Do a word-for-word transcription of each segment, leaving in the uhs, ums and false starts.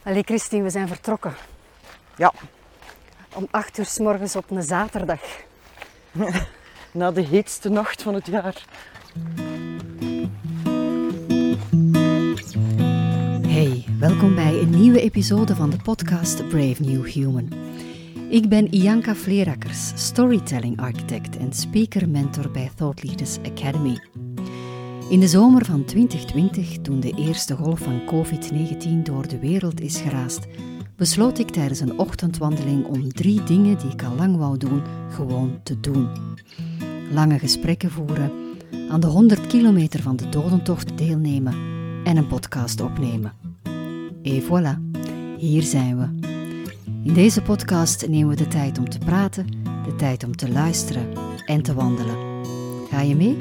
Allee Christine, we zijn vertrokken. Ja. Om acht uur 's morgens op een zaterdag. Na de heetste nacht van het jaar. Hey, welkom bij een nieuwe episode van de podcast Brave New Human. Ik ben Ianka Vleerackers, storytelling architect en speaker-mentor bij Thought Leaders Academy. In de zomer van twintig twintig, toen de eerste golf van covid negentien door de wereld is geraast, besloot ik tijdens een ochtendwandeling om drie dingen die ik al lang wou doen, gewoon te doen. Lange gesprekken voeren, aan de honderd kilometer van de dodentocht deelnemen en een podcast opnemen. Et voilà, hier zijn we. In deze podcast nemen we de tijd om te praten, de tijd om te luisteren en te wandelen. Ga je mee?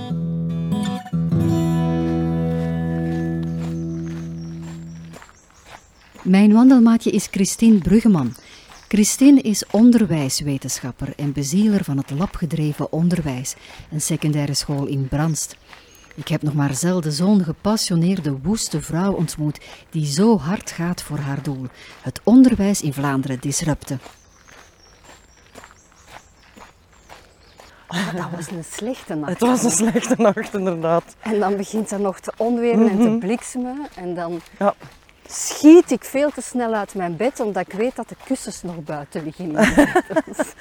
Mijn wandelmaatje is Christine Bruggeman. Christine is onderwijswetenschapper en bezieler van het labgedreven onderwijs, een secundaire school in Brandst. Ik heb nog maar zelden zo'n gepassioneerde, woeste vrouw ontmoet die zo hard gaat voor haar doel, het onderwijs in Vlaanderen disrupten. Oh, dat was een slechte nacht. Het was een slechte nacht, inderdaad. En dan begint er nog te onweren en te bliksemen. En dan Ja. schiet ik veel te snel uit mijn bed, omdat ik weet dat de kussens nog buiten liggen in mijn bed.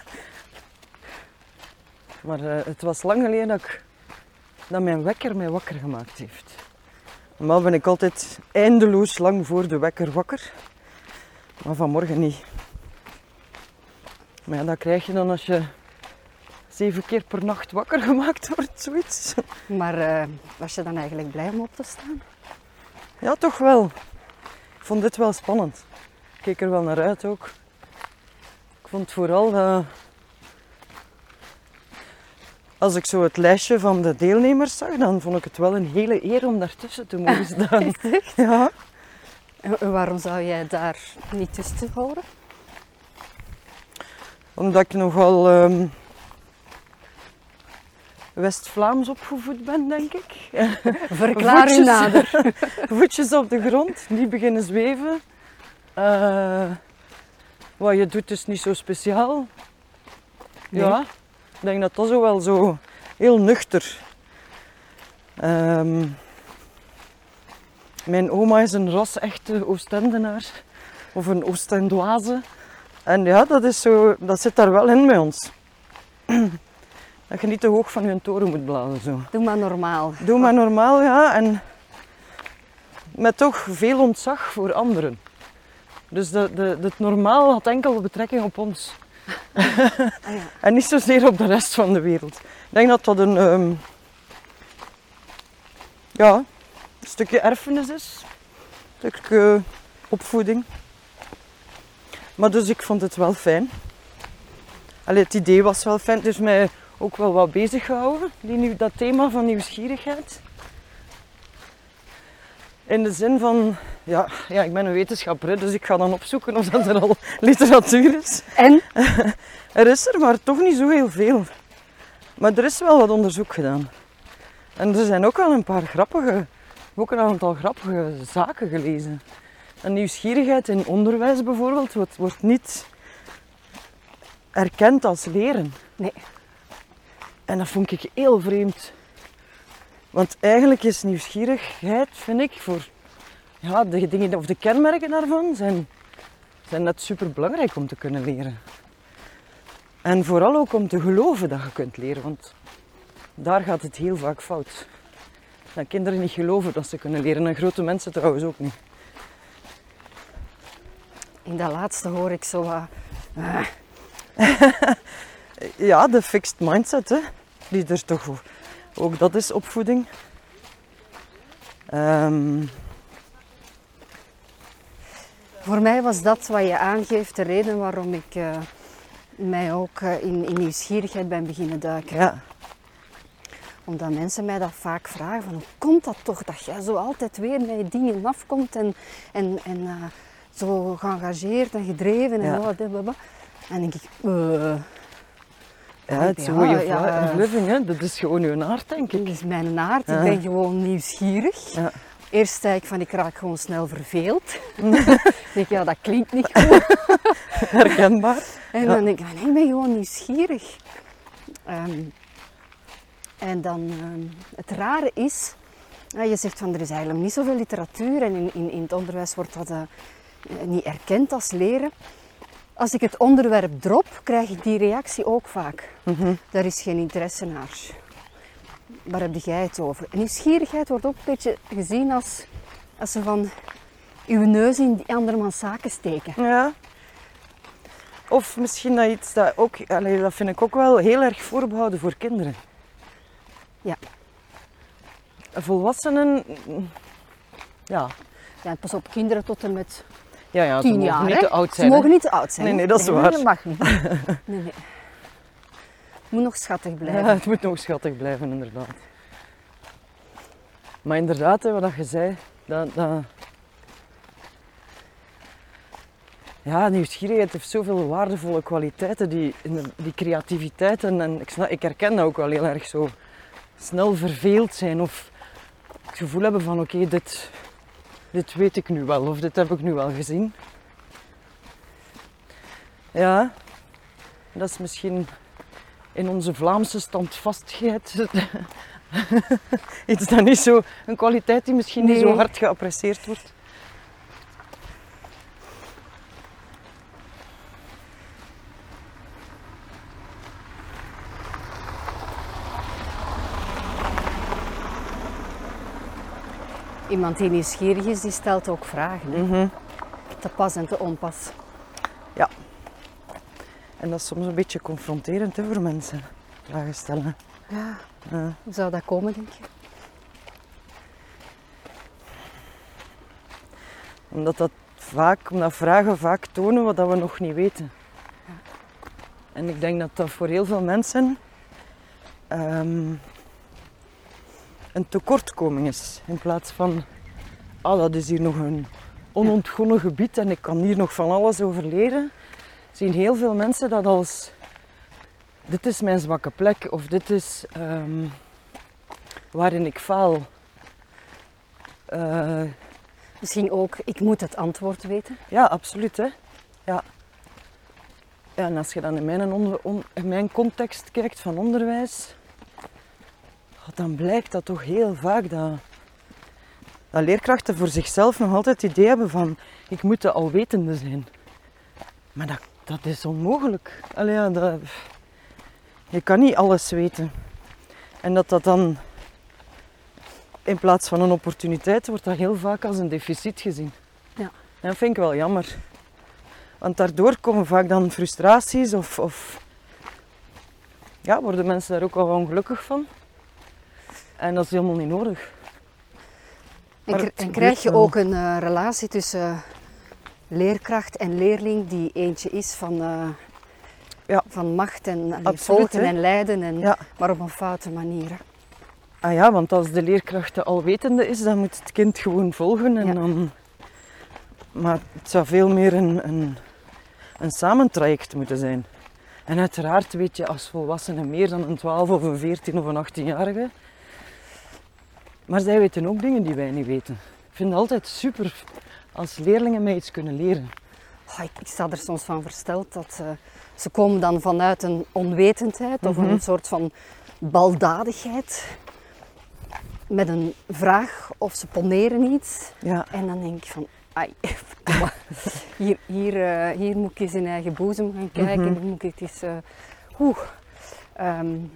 Maar uh, het was lang geleden dat, ik, dat mijn wekker mij wakker gemaakt heeft. Normaal ben ik altijd eindeloos lang voor de wekker wakker. Maar vanmorgen niet. Maar ja, dat krijg je dan als je zeven keer per nacht wakker gemaakt wordt, zoiets. Maar uh, was je dan eigenlijk blij om op te staan? Ja, toch wel. Ik vond dit wel spannend. Ik keek er wel naar uit ook. Ik vond vooral dat... Als ik zo het lijstje van de deelnemers zag, dan vond ik het wel een hele eer om daartussen te mogen staan. Echt, echt? Ja. En waarom zou jij daar niet tussen horen? Omdat ik nogal um, West-Vlaams opgevoed ben, denk ik. Verklaar je Voetjes- nader. Voetjes op de grond, niet beginnen zweven. Uh, wat je doet is niet zo speciaal. Nee. Ja, ik denk dat dat zo wel zo heel nuchter. Um, mijn oma is een ras-echte Oostendenaar. Of een Oostendoise. En ja, dat, is zo, dat zit daar wel in bij ons. Dat je niet te hoog van je toren moet blazen. Zo. Doe maar normaal. Doe maar normaal, ja. En met toch veel ontzag voor anderen. Dus de, de, het normaal had enkel betrekking op ons. Ah, ja. En niet zozeer op de rest van de wereld. Ik denk dat dat een, um, ja, een stukje erfenis is. Een stukje opvoeding. Maar dus ik vond het wel fijn. Allee, het idee was wel fijn. Het is mij ook wel wat bezig gehouden, die, nieuw- dat thema van nieuwsgierigheid. In de zin van, ja, ja ik ben een wetenschapper, hè, dus ik ga dan opzoeken of dat er al literatuur is. En? Er is er, maar toch niet zo heel veel. Maar er is wel wat onderzoek gedaan. En er zijn ook al een paar grappige, ook een aantal grappige zaken gelezen. En nieuwsgierigheid in onderwijs bijvoorbeeld wordt, wordt niet erkend als leren. Nee. En dat vond ik heel vreemd. Want eigenlijk is nieuwsgierigheid, vind ik, voor ja, de dingen of de kenmerken daarvan zijn, zijn net super belangrijk om te kunnen leren. En vooral ook om te geloven dat je kunt leren, want daar gaat het heel vaak fout. Dat kinderen niet geloven dat ze kunnen leren en grote mensen trouwens ook niet. In dat laatste hoor ik zo wat... Uh, Ja, de fixed mindset, hè. Die er toch ook, dat is opvoeding. Um, Voor mij was dat wat je aangeeft de reden waarom ik uh, mij ook uh, in, in nieuwsgierigheid ben beginnen duiken. ja. Omdat mensen mij dat vaak vragen van hoe komt dat toch dat jij zo altijd weer met dingen afkomt en, en, en uh, zo geëngageerd en gedreven en Ja. wat, blablabla. En dan denk ik, uh, Ja, het is ja, hoe je ja. of living, hè. Dat is gewoon je aard, denk ik. dat is mijn aard, Ja. ik ben gewoon nieuwsgierig. Ja. Eerst zei ik van ik raak gewoon snel verveeld. Dan denk ik, ja, dat klinkt niet goed. Herkenbaar. En Ja. dan denk ik, van, nee, ik ben gewoon nieuwsgierig. Um, en dan, um, het rare is, ja, je zegt van er is eigenlijk niet zoveel literatuur en in, in, in het onderwijs wordt dat uh, niet erkend als leren. Als ik het onderwerp drop, krijg ik die reactie ook vaak. Mm-hmm. Daar is geen interesse naar. Waar heb jij het over? En nieuwsgierigheid wordt ook een beetje gezien als, als ze van uw neus in die andermans zaken steken. Ja. Of misschien dat iets dat ook, allee, dat vind ik ook wel heel erg voorbehouden voor kinderen. Ja. Volwassenen, ja. Ja, pas op, kinderen tot en met Ja, ja, ze tien mogen jaar. niet hè? te oud Ze zijn. hè. mogen niet te oud zijn. Nee, hè? nee, dat is nee, waar. Dat mag niet. Nee, nee. Moet nog schattig blijven. Ja, het moet nog schattig blijven, inderdaad. Maar inderdaad, hè, wat je zei, dat, dat... Ja, nieuwsgierigheid heeft zoveel waardevolle kwaliteiten, die, die creativiteit. En, en ik, snap, ik herken dat ook wel heel erg zo. Snel verveeld zijn of het gevoel hebben van oké, okay, dit, dit weet ik nu wel of dit heb ik nu wel gezien. Ja, dat is misschien in onze Vlaamse standvastigheid iets dat niet zo, een kwaliteit die misschien Nee. niet zo hard geapprecieerd wordt. Iemand die nieuwsgierig is, die stelt ook vragen. Hè? Mm-hmm. Te pas en te onpas. Ja. En dat is soms een beetje confronterend hè, voor mensen, vragen stellen. Ja, Ja. hoe zou dat komen, denk je? Omdat, dat vaak, omdat vragen vaak tonen wat dat we nog niet weten. Ja. En ik denk dat dat voor heel veel mensen um, een tekortkoming is. In plaats van, ah, dat is hier nog een onontgonnen gebied en ik kan hier nog van alles over leren. Zien heel veel mensen dat als, dit is mijn zwakke plek of dit is um, waarin ik faal. Uh, Misschien ook, ik moet het antwoord weten. Ja, absoluut. Hè. Ja. Ja, en als je dan in mijn, onder, on, in mijn context kijkt van onderwijs, dan blijkt dat toch heel vaak dat, dat leerkrachten voor zichzelf nog altijd het idee hebben van ik moet de alwetende zijn. Maar dat, dat is onmogelijk. Allee, ja, dat, je kan niet alles weten. En dat dat dan in plaats van een opportuniteit wordt dat heel vaak als een deficit gezien. Ja. En dat vind ik wel jammer. Want daardoor komen vaak dan frustraties of, of ja, worden mensen daar ook wel ongelukkig van. En dat is helemaal niet nodig. En, Maar en krijg je ook een uh, relatie tussen uh, leerkracht en leerling die eentje is van, uh, ja. van macht en Absoluut, volgen hè? en leiden, en, Ja. maar op een foute manier. Hè? Ah ja, want als de leerkracht de alwetende is, dan moet het kind gewoon volgen. En Ja. dan... Maar het zou veel meer een, een, een samentraject moeten zijn. En uiteraard weet je als volwassene meer dan een twaalf of een veertien of een achttienjarige. Maar zij weten ook dingen die wij niet weten. Ik vind het altijd super als leerlingen mij iets kunnen leren. Oh, ik, ik sta er soms van versteld dat uh, ze komen dan vanuit een onwetendheid of Mm-hmm. een soort van baldadigheid met een vraag of ze poneren iets. Ja. En dan denk ik van, ai, hier, hier, uh, hier moet ik eens in eigen boezem gaan kijken. Mm-hmm. Hier moet ik eens... Uh, oeh, um,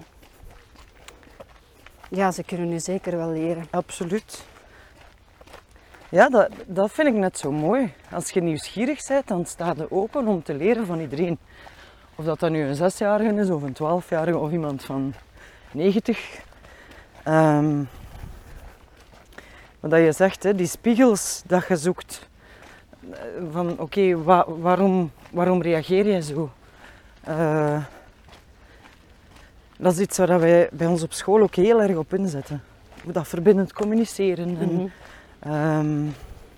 ja, ze kunnen nu zeker wel leren. Absoluut. Ja, dat, dat vind ik net zo mooi. Als je nieuwsgierig bent, dan sta je open om te leren van iedereen. Of dat dat nu een zesjarige is, of een twaalfjarige, of iemand van negentig. Um, wat je zegt, hè, die spiegels dat je zoekt. Van oké, okay, wa- waarom, waarom reageer je zo? Uh, dat is iets waar wij bij ons op school ook heel erg op inzetten. Hoe dat verbindend communiceren. Mm-hmm. En, um,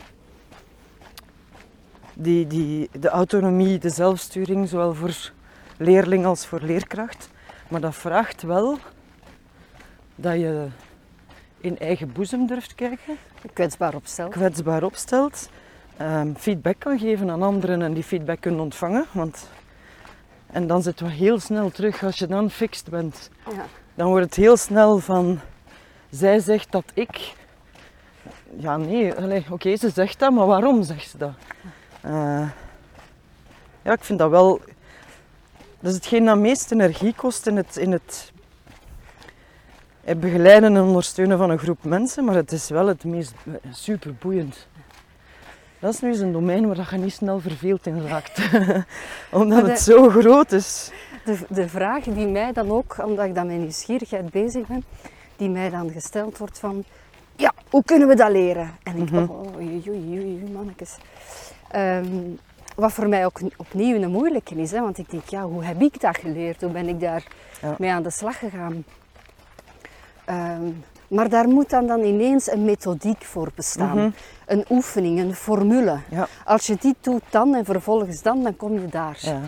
die, die, de autonomie, de zelfsturing, zowel voor leerling als voor leerkracht. Maar dat vraagt wel dat je in eigen boezem durft kijken. kwetsbaar opstelt. kwetsbaar opstelt. Um, feedback kan geven aan anderen en die feedback kunnen ontvangen. Want... En dan zitten we heel snel terug, als je dan fixed bent. Ja. Dan wordt het heel snel van, zij zegt dat ik... Ja, nee, oké, okay, ze zegt dat, maar waarom zegt ze dat? Uh, ja, ik vind dat wel... Dat is hetgeen dat meest energie kost in het, in het begeleiden en ondersteunen van een groep mensen, maar het is wel het meest superboeiend. Dat is nu eens een domein waar je niet snel verveeld in raakt, omdat de, het zo groot is. De, de vraag die mij dan ook, omdat ik dan met nieuwsgierigheid bezig ben, die mij dan gesteld wordt van, ja, hoe kunnen we dat leren? En ik, mm-hmm. oh, oei, oei, oei, mannetjes. Um, wat voor mij ook opnieuw een moeilijke is, hè? Want ik denk, ja, hoe heb ik dat geleerd? Hoe ben ik daar ja. mee aan de slag gegaan? Um, maar daar moet dan, dan ineens een methodiek voor bestaan. Mm-hmm. Een oefening, een formule. Ja. Als je die doet dan en vervolgens dan, dan kom je daar. Ja.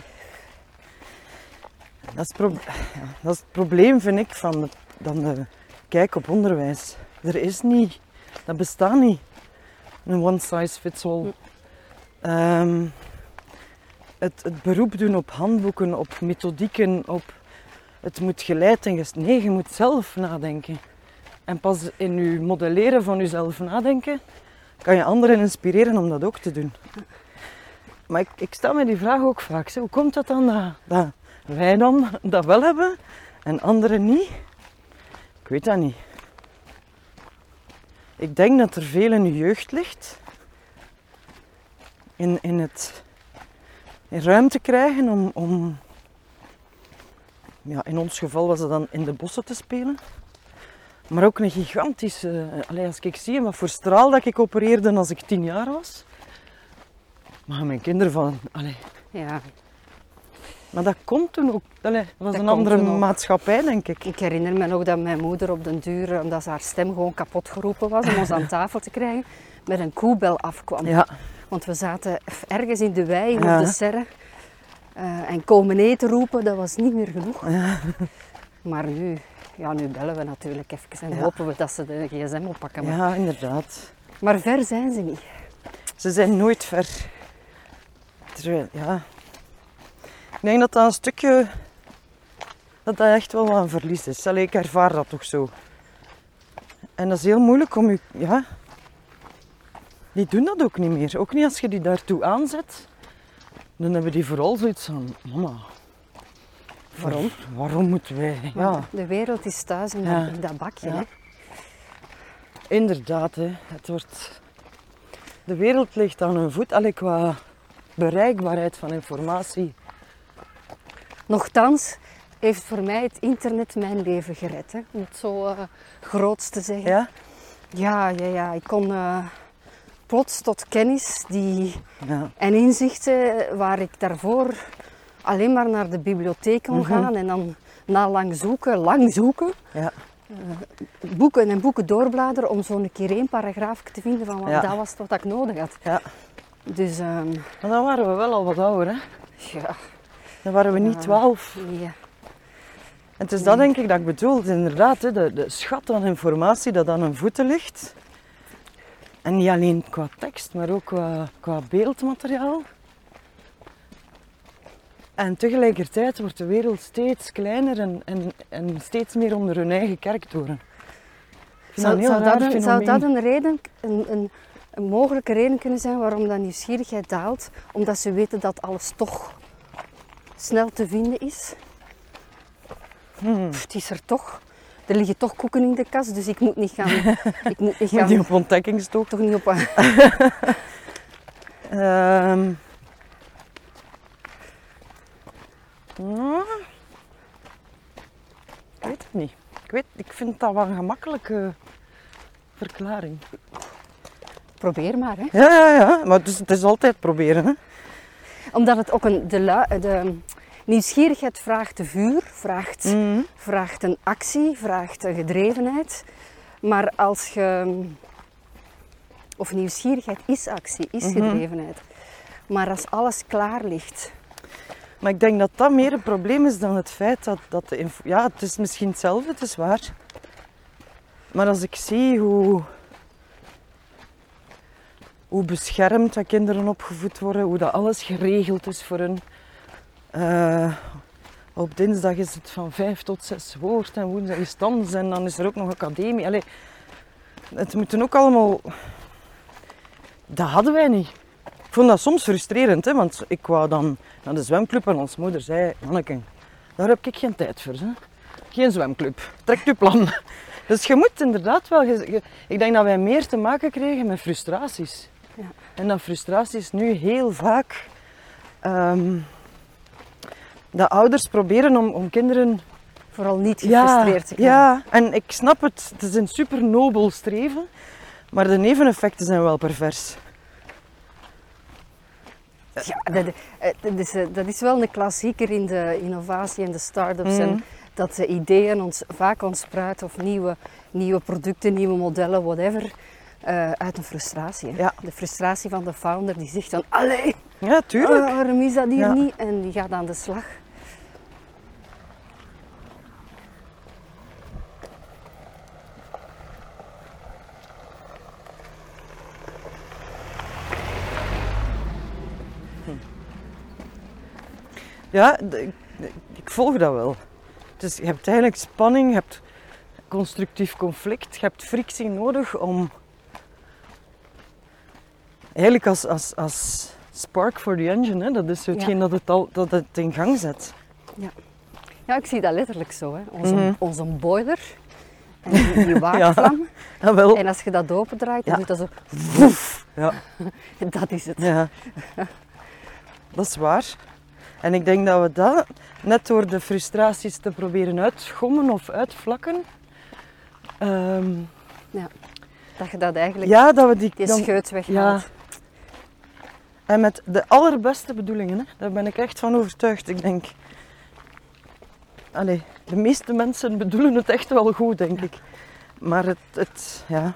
Dat, is pro- ja, dat is het probleem, vind ik, van de, dan de kijk op onderwijs. Er is niet, dat bestaat niet. Een one size fits all. Mm. Um, het, het beroep doen op handboeken, op methodieken, op het moet geleid en gest... Nee, je moet zelf nadenken. En pas in je modelleren van jezelf nadenken, kan je anderen inspireren om dat ook te doen. Maar ik, ik stel me die vraag ook vaak. Hoe komt dat dan dat, dat wij dan dat wel hebben en anderen niet? Ik weet dat niet. Ik denk dat er veel in de jeugd ligt. In, in het in ruimte krijgen om, om... Ja, in ons geval was het dan in de bossen te spelen. Maar ook een gigantische... Allee, als ik zie wat voor straal dat ik opereerde als ik tien jaar was. Maar mijn kinderen van... Allee. Ja. Maar dat komt toen ook. Allee, dat was dat een andere maatschappij, denk ik. Ik herinner me nog dat mijn moeder op den duur, omdat ze haar stem gewoon kapot geroepen was, om ons aan tafel te krijgen, met een koebel afkwam. Ja. Want we zaten ergens in de wei, ja. op de serre. Uh, en komen eten roepen, dat was niet meer genoeg. Ja. Maar nu, ja, nu bellen we natuurlijk even en ja. hopen we dat ze de gsm oppakken. Maar... Ja, inderdaad. Maar ver zijn ze niet. Ze zijn nooit ver. Terwijl, ja... Ik denk dat dat een stukje... Dat dat echt wel wat een verlies is. Allee, ik ervaar dat toch zo. En dat is heel moeilijk om je... Ja... Die doen dat ook niet meer. Ook niet als je die daartoe aanzet. Dan hebben die vooral zoiets van... Mama... Waarom? Waarom moeten wij... Ja. De wereld is thuis in, ja. dat, in dat bakje. Ja. Hè? Inderdaad, hè. Het wordt... De wereld ligt aan hun voet. Allee, qua bereikbaarheid van informatie. Nochtans heeft voor mij het internet mijn leven gered. Hè? Om het zo uh, groots te zeggen. Ja? Ja, ja, ja. Ik kon uh, plots tot kennis die, ja. en inzichten waar ik daarvoor alleen maar naar de bibliotheek kon mm-hmm. gaan. En dan na lang zoeken, lang zoeken. Ja. Uh, boeken en boeken doorbladeren om zo'n keer één paragraaf te vinden van wat ja. dat was wat ik nodig had. Ja. Dus, um, maar dan waren we wel al wat ouder, hè? Ja. Dan waren we niet twaalf. Ja. En het is dat denk ik dat ik bedoel. Inderdaad, hè, de, de schat aan informatie dat aan hun voeten ligt. En niet alleen qua tekst, maar ook qua, qua beeldmateriaal. En tegelijkertijd wordt de wereld steeds kleiner en, en, en steeds meer onder hun eigen kerktoren. Zou, zou, dat een, zou dat een reden, een, een, een mogelijke reden kunnen zijn waarom dat nieuwsgierigheid daalt? Omdat ze weten dat alles toch snel te vinden is. Hmm. Pff, het is er toch. Er liggen toch koeken in de kast, dus ik moet niet gaan... ik moet niet, gaan, niet op ontdekkingstocht. Toch niet op... um, nou, ik weet het niet. Ik, weet, ik vind dat wel een gemakkelijke verklaring. Probeer maar, hè. Ja, ja, ja. Maar het is, het is altijd proberen, hè. Omdat het ook een... De, lu, de, Nieuwsgierigheid vraagt de vuur, vraagt, mm-hmm. vraagt een actie, vraagt een gedrevenheid. Maar als je... Of nieuwsgierigheid is actie, is mm-hmm. gedrevenheid. Maar als alles klaar ligt... Maar ik denk dat dat meer een probleem is dan het feit dat... dat de inf- ja, het is misschien hetzelfde, het is waar. Maar als ik zie hoe... hoe beschermd dat kinderen opgevoed worden, hoe dat alles geregeld is voor hen. Uh, op dinsdag is het van vijf tot zes woord en woensdag is het anders en dan is er ook nog academie. Allee, het moeten ook allemaal... Dat hadden wij niet. Ik vond dat soms frustrerend, hè, want ik wou dan naar de zwemclub en ons moeder zei, Manneke, daar heb ik geen tijd voor. Hè. Geen zwemclub, trek je plan. Dus je moet inderdaad wel... Je, je, ik denk dat wij meer te maken kregen met frustraties. Ja. En dat frustraties nu heel vaak... Um, dat ouders proberen om, om kinderen... Vooral niet gefrustreerd te krijgen. Ja, en ik snap het. Het is een super nobel streven. Maar de neveneffecten zijn wel pervers. Ja, dat, dat, is, dat is wel een klassieker in de innovatie en de start-ups. Mm. En dat de ideeën ons vaak ontspruiten of nieuwe, nieuwe producten, nieuwe modellen, whatever, uh, uit een frustratie. Ja. De frustratie van de founder die zegt dan, allee, ja, tuurlijk. Uh, waarom is dat hier ja. niet? En die gaat aan de slag. Ja, de, de, ik volg dat wel. Dus je hebt eigenlijk spanning, je hebt constructief conflict, je hebt frictie nodig om... Eigenlijk als, als, als spark for the engine, hè, dat is hetgeen ja. dat, het al, dat het in gang zet. Ja, ja ik zie dat letterlijk zo. Hè. Onze, mm-hmm. onze boiler en die, die waakvlam. Ja, ja, wel. En als je dat opendraait, dan ja. doet dat zo... Woef. Ja. Dat is het. Ja. Dat is waar. En ik denk dat we dat, net door de frustraties te proberen uitschommen of uitvlakken... Um, ja, dat je dat eigenlijk, ja, dat we die, die dan, scheut weghaalt. Ja. En met de allerbeste bedoelingen, hè. Daar ben ik echt van overtuigd. Ik denk... Allee, de meeste mensen bedoelen het echt wel goed, denk ik. Maar het... het ja.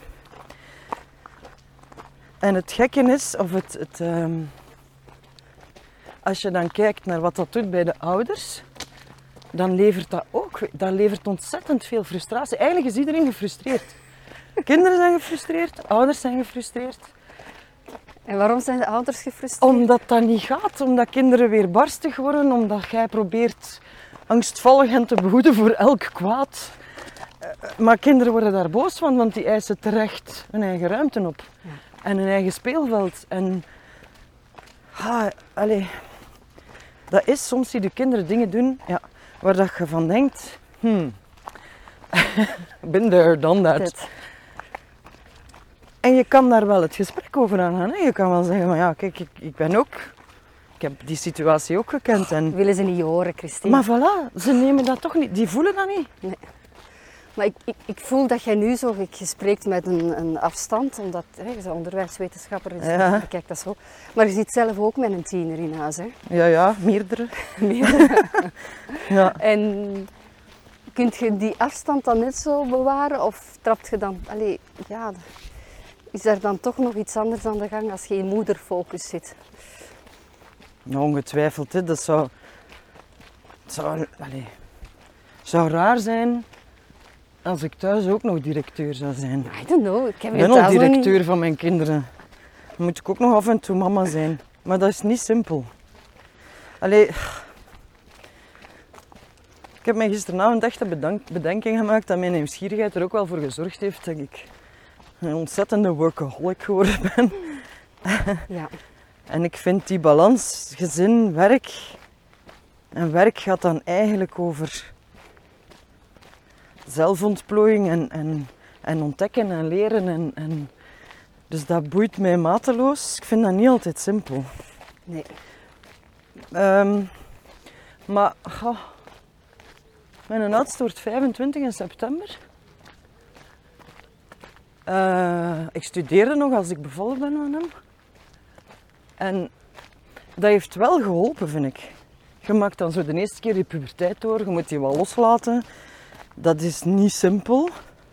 En het gekke is, of het... het um, als je dan kijkt naar wat dat doet bij de ouders, dan levert dat ook, dat levert ontzettend veel frustratie. Eigenlijk is iedereen gefrustreerd. Kinderen zijn gefrustreerd, ouders zijn gefrustreerd. En waarom zijn de ouders gefrustreerd? Omdat dat niet gaat, omdat kinderen weer barstig worden, omdat jij probeert angstvallig hen te behoeden voor elk kwaad. Maar kinderen worden daar boos van, want die eisen terecht hun eigen ruimte op. Ja. En hun eigen speelveld. En... Ah, allez... Dat is, soms zie je kinderen dingen doen ja, waar dat je van denkt, hmm, been there, done that. Dat. En je kan daar wel het gesprek over aangaan. Hè? Je kan wel zeggen, maar ja, kijk, ik, ik ben ook, ik heb die situatie ook gekend. En... Willen ze niet horen, Christine. Maar voilà, ze nemen dat toch niet, die voelen dat niet. Nee. Maar ik, ik, ik voel dat jij nu zo, je spreekt met een, een afstand, omdat hè, je bent onderwijswetenschapper, dus ja. je kijkt dat zo. Maar je zit zelf ook met een tiener in huis, hè? Ja, ja, meerdere. meerdere. Ja. En kunt je die afstand dan net zo bewaren, of trapt je dan, allee, ja, is er dan toch nog iets anders aan de gang als je in moederfocus zit? Nou, ongetwijfeld, hè. Dat zou, zou, allee, zou raar zijn als ik thuis ook nog directeur zou zijn. I don't know. Ik, heb ik ben nog directeur niet... van mijn kinderen. Dan moet ik ook nog af en toe mama zijn. Maar dat is niet simpel. Allee, ik heb mij gisteravond echt een bedank, bedenking gemaakt dat mijn nieuwsgierigheid er ook wel voor gezorgd heeft dat ik een ontzettende workaholic geworden ben. Ja. En ik vind die balans, gezin, werk. En werk gaat dan eigenlijk over zelfontplooiing en, en, en ontdekken en leren. En, en dus dat boeit mij mateloos. Ik vind dat niet altijd simpel. Nee. Um, maar oh, mijn oudste wordt vijfentwintig in september. Uh, ik studeerde nog als ik bevallen ben aan hem. En dat heeft wel geholpen, vind ik. Je maakt dan zo de eerste keer je puberteit door, je moet die wel loslaten. Dat is niet simpel.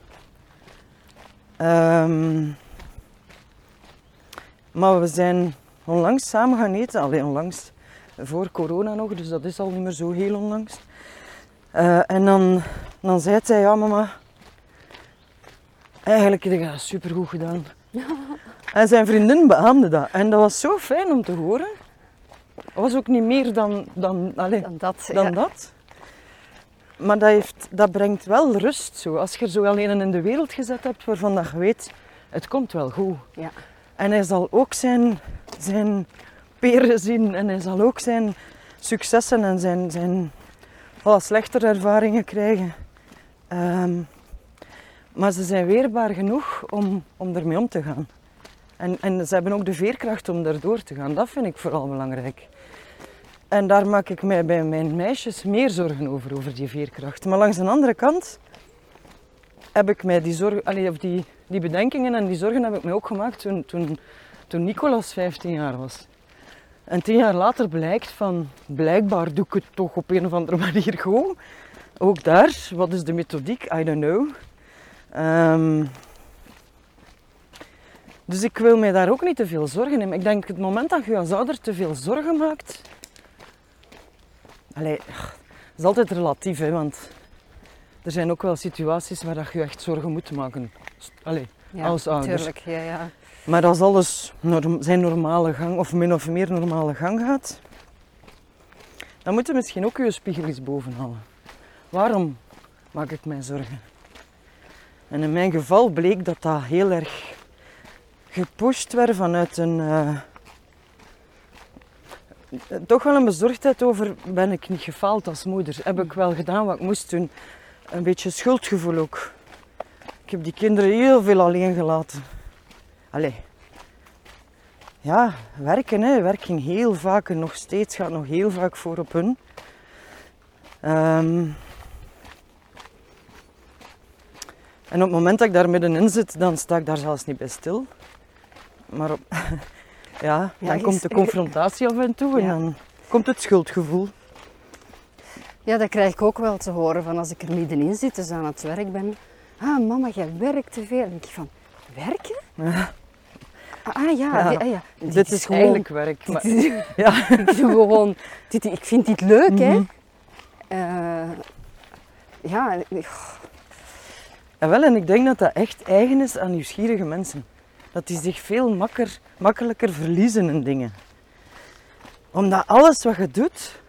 Um, maar we zijn onlangs samen gaan eten. Alleen onlangs, voor corona nog, dus dat is al niet meer zo heel onlangs. Uh, en dan, dan zei zij, ja mama, eigenlijk heb je dat supergoed gedaan. En zijn vriendin beaamde dat. En dat was zo fijn om te horen. Het was ook niet meer dan, dan, allez, Dan dat. dan ja. dat. Maar dat, heeft, dat brengt wel rust. Zo. Als je er zo alleen in de wereld gezet hebt waarvan dat je weet, het komt wel goed. Ja. En hij zal ook zijn, zijn peren zien en hij zal ook zijn successen en zijn, zijn oh, slechtere ervaringen krijgen. Um, maar ze zijn weerbaar genoeg om, om ermee om te gaan. En, en ze hebben ook de veerkracht om erdoor te gaan. Dat vind ik vooral belangrijk. En daar maak ik mij bij mijn meisjes meer zorgen over, over die veerkracht. Maar langs de andere kant heb ik mij die, zorg, allee, of die, die bedenkingen en die zorgen heb ik mij ook gemaakt toen, toen, toen Nicolas vijftien jaar was. En tien jaar later blijkt van, blijkbaar doe ik het toch op een of andere manier goed. Ook daar, wat is de methodiek? I don't know. Um, dus ik wil mij daar ook niet te veel zorgen in. Ik denk, het moment dat je als ouder te veel zorgen maakt... Allee, dat is altijd relatief, hè, want er zijn ook wel situaties waar dat je echt zorgen moet maken. Allee, Ja, als ouder. Tuurlijk, ja, ja. Maar als alles norm- zijn normale gang, of min of meer normale gang gaat, dan moet je misschien ook je spiegel eens boven halen. Waarom maak ik mij zorgen? En in mijn geval bleek dat dat heel erg gepusht werd vanuit een... Uh, toch wel een bezorgdheid over, ben ik niet gefaald als moeder? Heb ik wel gedaan wat ik moest doen? Een beetje schuldgevoel ook. Ik heb die kinderen heel veel alleen gelaten. Allee. Ja, werken, hè. Werk ging heel vaak en nog steeds gaat nog heel vaak voor op hun. Um, en op het moment dat ik daar middenin zit, dan sta ik daar zelfs niet bij stil. Maar op, ja, dan Ja, komt de confrontatie af en toe en ja. dan komt het schuldgevoel. Ja, dat krijg ik ook wel te horen van als ik er middenin zit, dus aan het werk ben. Ah, mama, jij werkt te veel. En dan denk ik van, werken? Ja. Ah ja, Ja. die- ah, ja. Dit, Dit is gewoon- eigenlijk werk. Dit Maar, is, ja. ik, doe gewoon, dit, ik vind dit leuk, hè. Mhm. Uh, ja, ik- Ja, wel, en ik denk dat dat echt eigen is aan nieuwsgierige mensen. Dat die zich veel makker, makkelijker verliezen in dingen. Omdat alles wat je doet,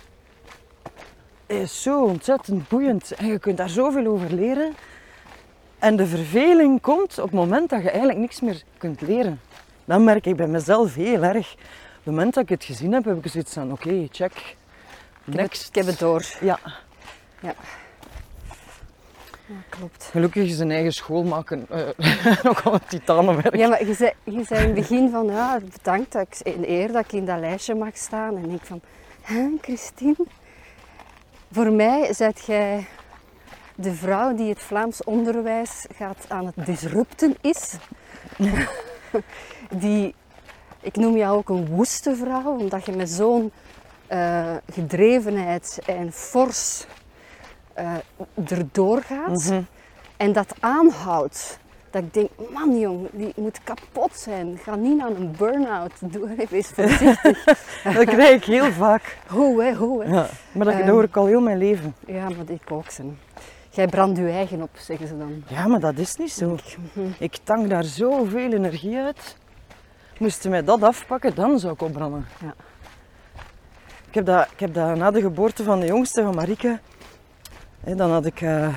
is zo ontzettend boeiend. En je kunt daar zoveel over leren. En de verveling komt op het moment dat je eigenlijk niks meer kunt leren. Dat merk ik bij mezelf heel erg. Op het moment dat ik het gezien heb, heb ik zoiets van, oké, okay, check. ik, heb Next. het, ik heb het door. Ja. Ja. Ja, klopt. Gelukkig zijn eigen school maken uh, nogal een titanenwerk. Ja, maar je zei, je zei in het begin van, ja, bedankt dat ik, een eer dat ik in dat lijstje mag staan. En ik denk van, hè, Christine? Voor mij zijt jij de vrouw die het Vlaams onderwijs gaat aan het disrupten is. Die, ik noem jou ook een woeste vrouw, omdat je met zo'n uh, gedrevenheid en fors uh, erdoor gaat. Mm-hmm. En dat aanhoudt. Dat ik denk, man jong, die moet kapot zijn. Ga niet naar een burn-out. Doe even voorzichtig. Dat krijg ik heel vaak. Hoe hè, hoe hè. Ja, maar dat, Um, dat hoor ik al heel mijn leven. Ja, maar ik ook. Zijn. Jij brandt je eigen op, zeggen ze dan. Ja, maar dat is niet zo. Ik, mm-hmm. Ik tank daar zoveel energie uit. Moesten mij dat afpakken, dan zou ik opbranden. Ja. Ik heb dat, ik heb dat na de geboorte van de jongste, van Marieke, hè, dan had ik uh,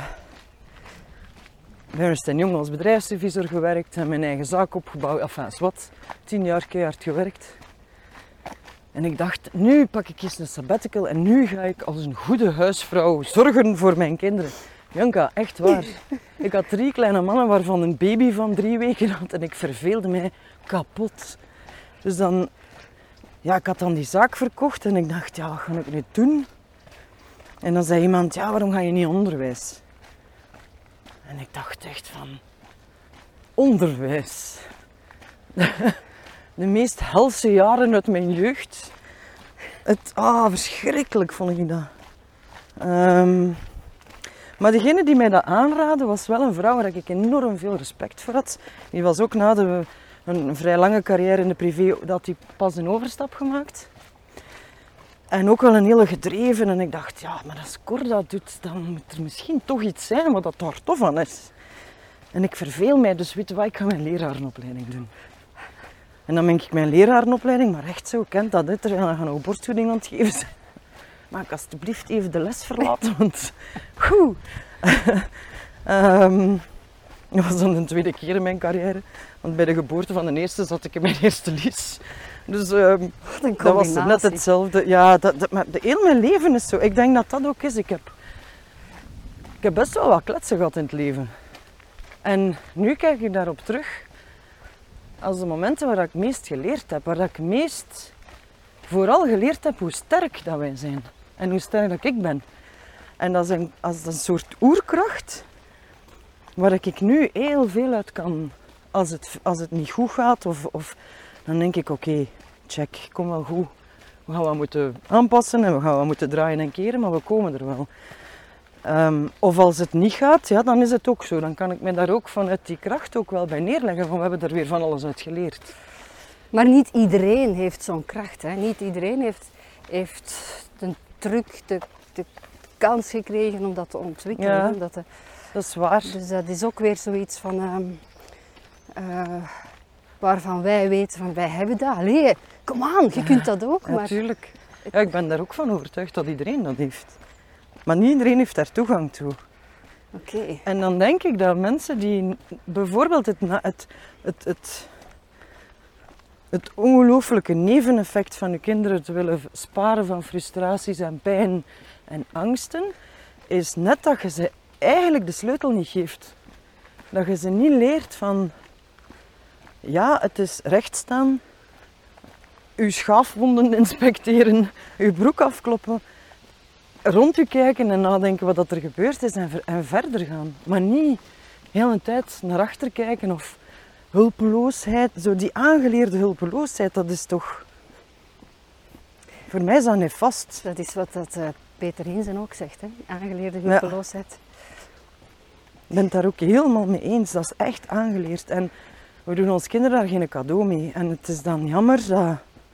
bij Ernst en Young als bedrijfsrevisor gewerkt en mijn eigen zaak opgebouwd. Enfin, wat, tien jaar keihard gewerkt. En ik dacht, nu pak ik eens een sabbatical en nu ga ik als een goede huisvrouw zorgen voor mijn kinderen. Janka, echt waar. Ik had drie kleine mannen waarvan een baby van drie weken had en ik verveelde mij kapot. Dus dan, ja, ik had dan die zaak verkocht en ik dacht, ja, wat ga ik nu doen? En dan zei iemand, ja, waarom ga je niet onderwijs? En ik dacht echt van, onderwijs. De meest helse jaren uit mijn jeugd. Het, ah, verschrikkelijk vond ik dat. Um, maar degene die mij dat aanraadde was wel een vrouw waar ik enorm veel respect voor had. Die was ook na de, een, een vrij lange carrière in de privé, dat die pas een overstap gemaakt. En ook wel een hele gedreven. En ik dacht, ja, maar als Cor dat doet, dan moet er misschien toch iets zijn wat dat daar tof aan is. En ik verveel mij, dus weet je wat, ik ga mijn lerarenopleiding doen. En dan ben ik mijn lerarenopleiding, maar echt zo, kent dat, hè, terwijl we nog borstvoeding aan het geven zijn. Mag ik alsjeblieft even de les verlaten, want... Goed. um, dat was dan de tweede keer in mijn carrière, want bij de geboorte van de eerste zat ik in mijn eerste lies. Dus um, dat was net hetzelfde. Ja, dat, dat, maar de, heel mijn leven is zo. Ik denk dat dat ook is. Ik heb, ik heb best wel wat kletsen gehad in het leven. En nu kijk ik daarop terug als de momenten waar ik het meest geleerd heb. Waar ik het meest vooral geleerd heb hoe sterk dat wij zijn. En hoe sterk dat ik ben. En dat is een, als een soort oerkracht waar ik nu heel veel uit kan. Als het, als het niet goed gaat, of, of, dan denk ik oké, okay, check, kom wel goed. We gaan wat moeten aanpassen en we gaan wat moeten draaien en keren, maar we komen er wel. Um, of als het niet gaat, ja, dan is het ook zo. Dan kan ik me daar ook vanuit die kracht ook wel bij neerleggen. Van we hebben er weer van alles uit geleerd. Maar niet iedereen heeft zo'n kracht. Hè? Niet iedereen heeft, heeft de truc, de, de kans gekregen om dat te ontwikkelen. Ja, dat, te, dat is waar. Dus dat is ook weer zoiets van... Um, uh, waarvan wij weten van wij hebben dat. Allee, kom aan, je kunt dat ook. Maar... Natuurlijk. Ja, ik ben daar ook van overtuigd dat iedereen dat heeft. Maar niet iedereen heeft daar toegang toe. Okay. En dan denk ik dat mensen die bijvoorbeeld het, het, het, het, het ongelooflijke neveneffect van je kinderen te willen sparen van frustraties en pijn en angsten, is net dat je ze eigenlijk de sleutel niet geeft. Dat je ze niet leert van, ja, het is rechtstaan, je schaafwonden inspecteren, je broek afkloppen, rond je kijken en nadenken wat er gebeurd is en, ver, en verder gaan. Maar niet de hele tijd naar achter kijken of hulpeloosheid. Zo die aangeleerde hulpeloosheid, dat is toch... Voor mij is dat nefast. Dat is wat dat, uh, Peter Hinsen ook zegt, hè? Aangeleerde hulpeloosheid. Ja. Ik ben het daar ook helemaal mee eens. Dat is echt aangeleerd. En we doen ons kinderen daar geen cadeau mee. En het is dan jammer dat...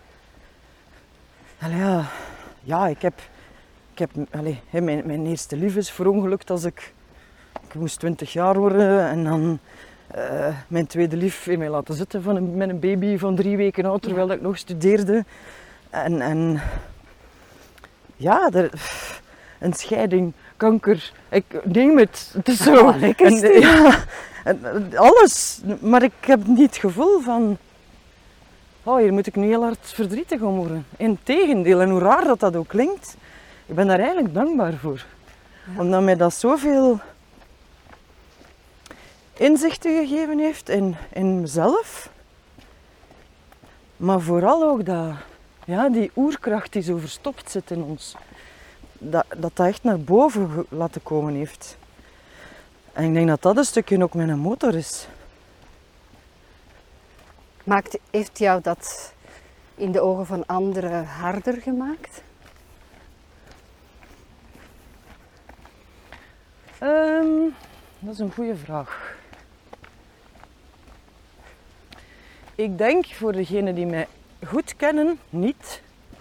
Allee, ja, ja, ik heb... Ik heb, allez, mijn, mijn eerste lief is verongelukt als ik, ik moest twintig jaar worden en dan uh, mijn tweede lief heeft mij laten zitten van een, met een baby van drie weken oud terwijl ik nog studeerde. En, en ja, er, een scheiding, kanker, ik neem het, het is zo. Ah, lekker en, ja, en, alles, maar ik heb niet het gevoel van, oh, hier moet ik nu heel hard verdrietig om worden. Integendeel, en hoe raar dat dat ook klinkt. Ik ben daar eigenlijk dankbaar voor. Ja. Omdat mij dat zoveel inzichten gegeven heeft in, in mezelf. Maar vooral ook dat, ja, die oerkracht die zo verstopt zit in ons. Dat, dat dat echt naar boven laten komen heeft. En ik denk dat dat een stukje ook mijn motor is. Maakt, heeft jou dat in de ogen van anderen harder gemaakt? Um, dat is een goede vraag. Ik denk voor degenen die mij goed kennen, niet.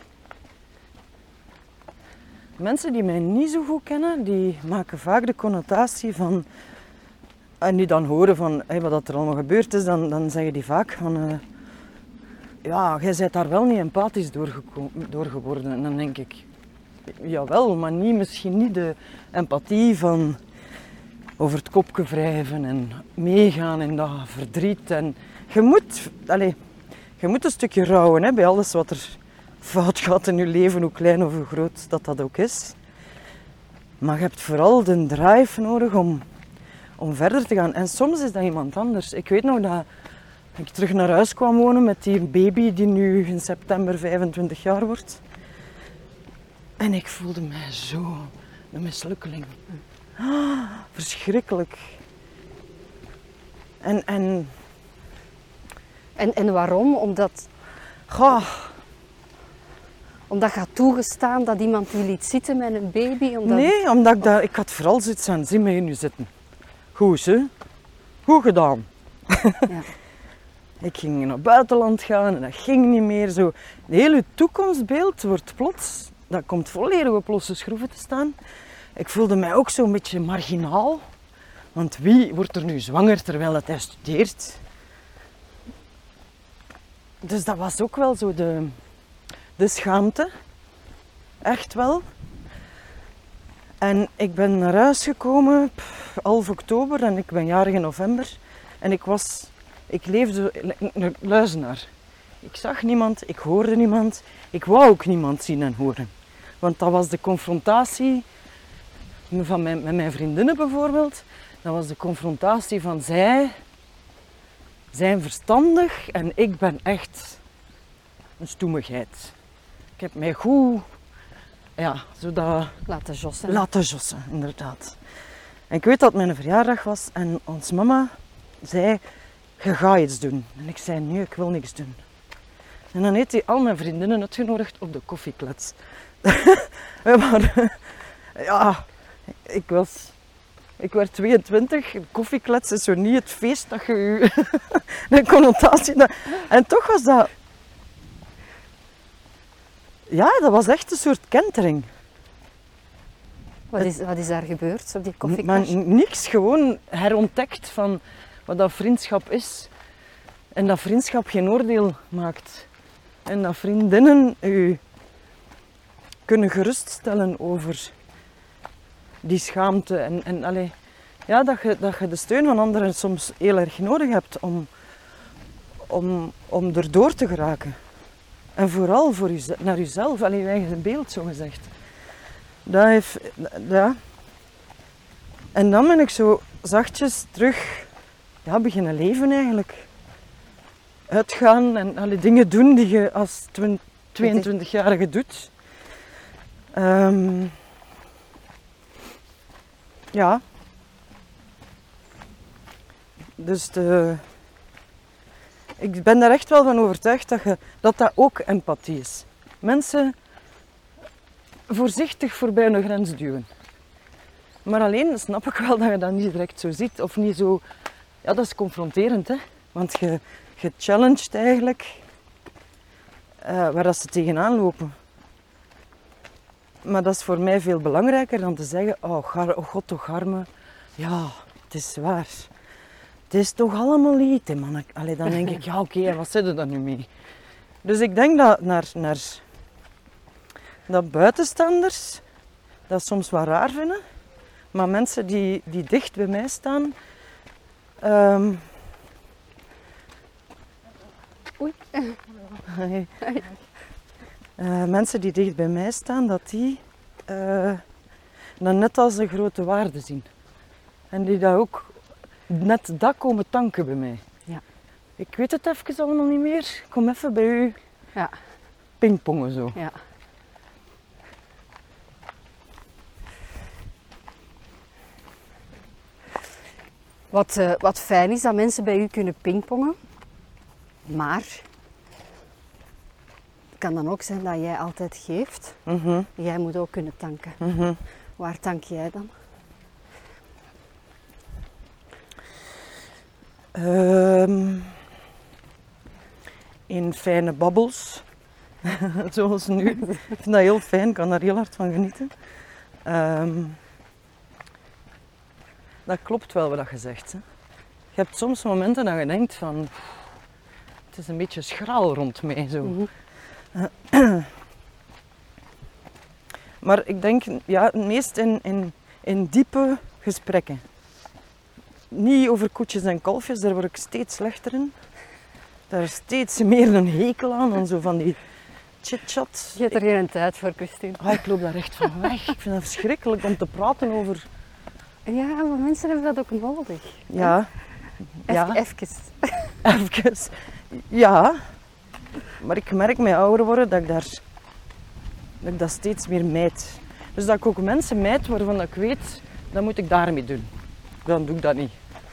Mensen die mij niet zo goed kennen, die maken vaak de connotatie van... En die dan horen van hey, wat er allemaal gebeurd is, dan, dan zeggen die vaak van... Uh, ja, jij bent daar wel niet empathisch door, door geworden. En dan denk ik... Jawel, maar niet, misschien niet de empathie van over het kopje wrijven en meegaan in dat verdriet. En je moet, allez, je moet een stukje rouwen hè, bij alles wat er fout gaat in je leven, hoe klein of hoe groot dat dat ook is. Maar je hebt vooral de drive nodig om, om verder te gaan. En soms is dat iemand anders. Ik weet nog dat ik terug naar huis kwam wonen met die baby die nu in september vijfentwintig jaar wordt. En ik voelde mij zo een mislukkeling. Ah, verschrikkelijk. En, en... En, en waarom? Omdat... Goh. Omdat je had toegestaan dat iemand die liet zitten met een baby? Omdat... Nee, omdat ik daar... Ik had vooral zoiets aan, zie mij nu zitten. Goed, hè? Goed gedaan. Ja. Ik ging naar het buitenland gaan en dat ging niet meer zo. Het hele toekomstbeeld wordt plots... Dat komt volledig op losse schroeven te staan. Ik voelde mij ook zo'n beetje marginaal. Want wie wordt er nu zwanger terwijl dat hij studeert? dus dat was ook wel zo de, de schaamte. Echt wel. En ik ben naar huis gekomen pff, half oktober en ik ben jarig in november. En ik was, ik leefde een luizenaar. Ik zag niemand, ik hoorde niemand. Ik wou ook niemand zien en horen. Want dat was de confrontatie van mijn, met mijn vriendinnen bijvoorbeeld. Dat was de confrontatie van zij zijn verstandig en ik ben echt een stoemigheid. Ik heb mij goed, ja, zo dat Laten jossen. laten jossen, inderdaad. En ik weet dat het mijn verjaardag was en ons mama zei, je gaat iets doen. En ik zei, nee, ik wil niks doen. En dan heeft hij al mijn vriendinnen uitgenodigd op de koffieklets. We waren, ja, ik was, ik werd tweeëntwintig. Koffieklets is zo niet het feest dat je je, de connotatie. Dat, en toch was dat, ja, dat was echt een soort kentering. Wat is, wat is daar gebeurd op die Maar koffiekast? niks, gewoon herontdekt van wat dat vriendschap is. En dat vriendschap geen oordeel maakt. En dat vriendinnen u kunnen geruststellen over die schaamte. En, en allee, ja, dat, je, dat je de steun van anderen soms heel erg nodig hebt om, om, om erdoor te geraken. En vooral voor u, naar jezelf, allee, je eigen beeld zo gezegd. Dat heeft, ja. En dan ben ik zo zachtjes terug ja, beginnen leven eigenlijk. Uitgaan en alle dingen doen die je als tweeëntwintigjarige doet. Um, ja. Dus de, ik ben daar echt wel van overtuigd dat, je, dat dat ook empathie is. Mensen voorzichtig voorbij een grens duwen. Maar alleen snap ik wel dat je dat niet direct zo ziet of niet zo... Ja, dat is confronterend, hè. Want je, je challenged eigenlijk uh, waar dat ze tegenaan lopen. Maar dat is voor mij veel belangrijker dan te zeggen, oh, gar, oh god, toch arme. Ja, het is waar. Het is toch allemaal lied, man. Allee, dan denk ik, ja oké, okay, wat zit er dan nu mee? Dus ik denk dat naar, naar dat buitenstaanders dat soms wel raar vinden. Maar mensen die, die dicht bij mij staan... Um, Oei. Hey. Uh, mensen die dicht bij mij staan, dat die uh, dat net als een grote waarde zien. En die dat ook net dat komen tanken bij mij. Ja. Ik weet het even allemaal niet meer. Ik kom even bij u Ja. pingpongen zo. Ja. Wat, uh, wat fijn is dat mensen bij u kunnen pingpongen. Maar het kan dan ook zijn dat jij altijd geeft. Mm-hmm. Jij moet ook kunnen tanken. Mm-hmm. Waar tank jij dan? Um, in fijne babbels. Zoals nu. Ik vind dat heel fijn, ik kan daar heel hard van genieten. Um, dat klopt wel wat je zegt. Hè. Je hebt soms momenten dat je denkt van... Het is een beetje schraal rond mij zo. Mm-hmm. Maar ik denk, ja, meest in, in, in diepe gesprekken. Niet over koetjes en kalfjes, daar word ik steeds slechter in. Daar is steeds meer een hekel aan dan zo van die chit-chat. Je hebt er geen tijd voor, Christine. Ah, ik loop daar echt van weg. Ik vind het verschrikkelijk om te praten over... Ja, maar mensen hebben dat ook nodig. Ja. Ja. ja. Even. Even. Ja. Maar ik merk met ouder worden dat ik, daar, dat ik dat steeds meer mijd. Dus dat ik ook mensen mijd waarvan ik weet, dat moet ik daarmee doen. Dan doe ik dat niet.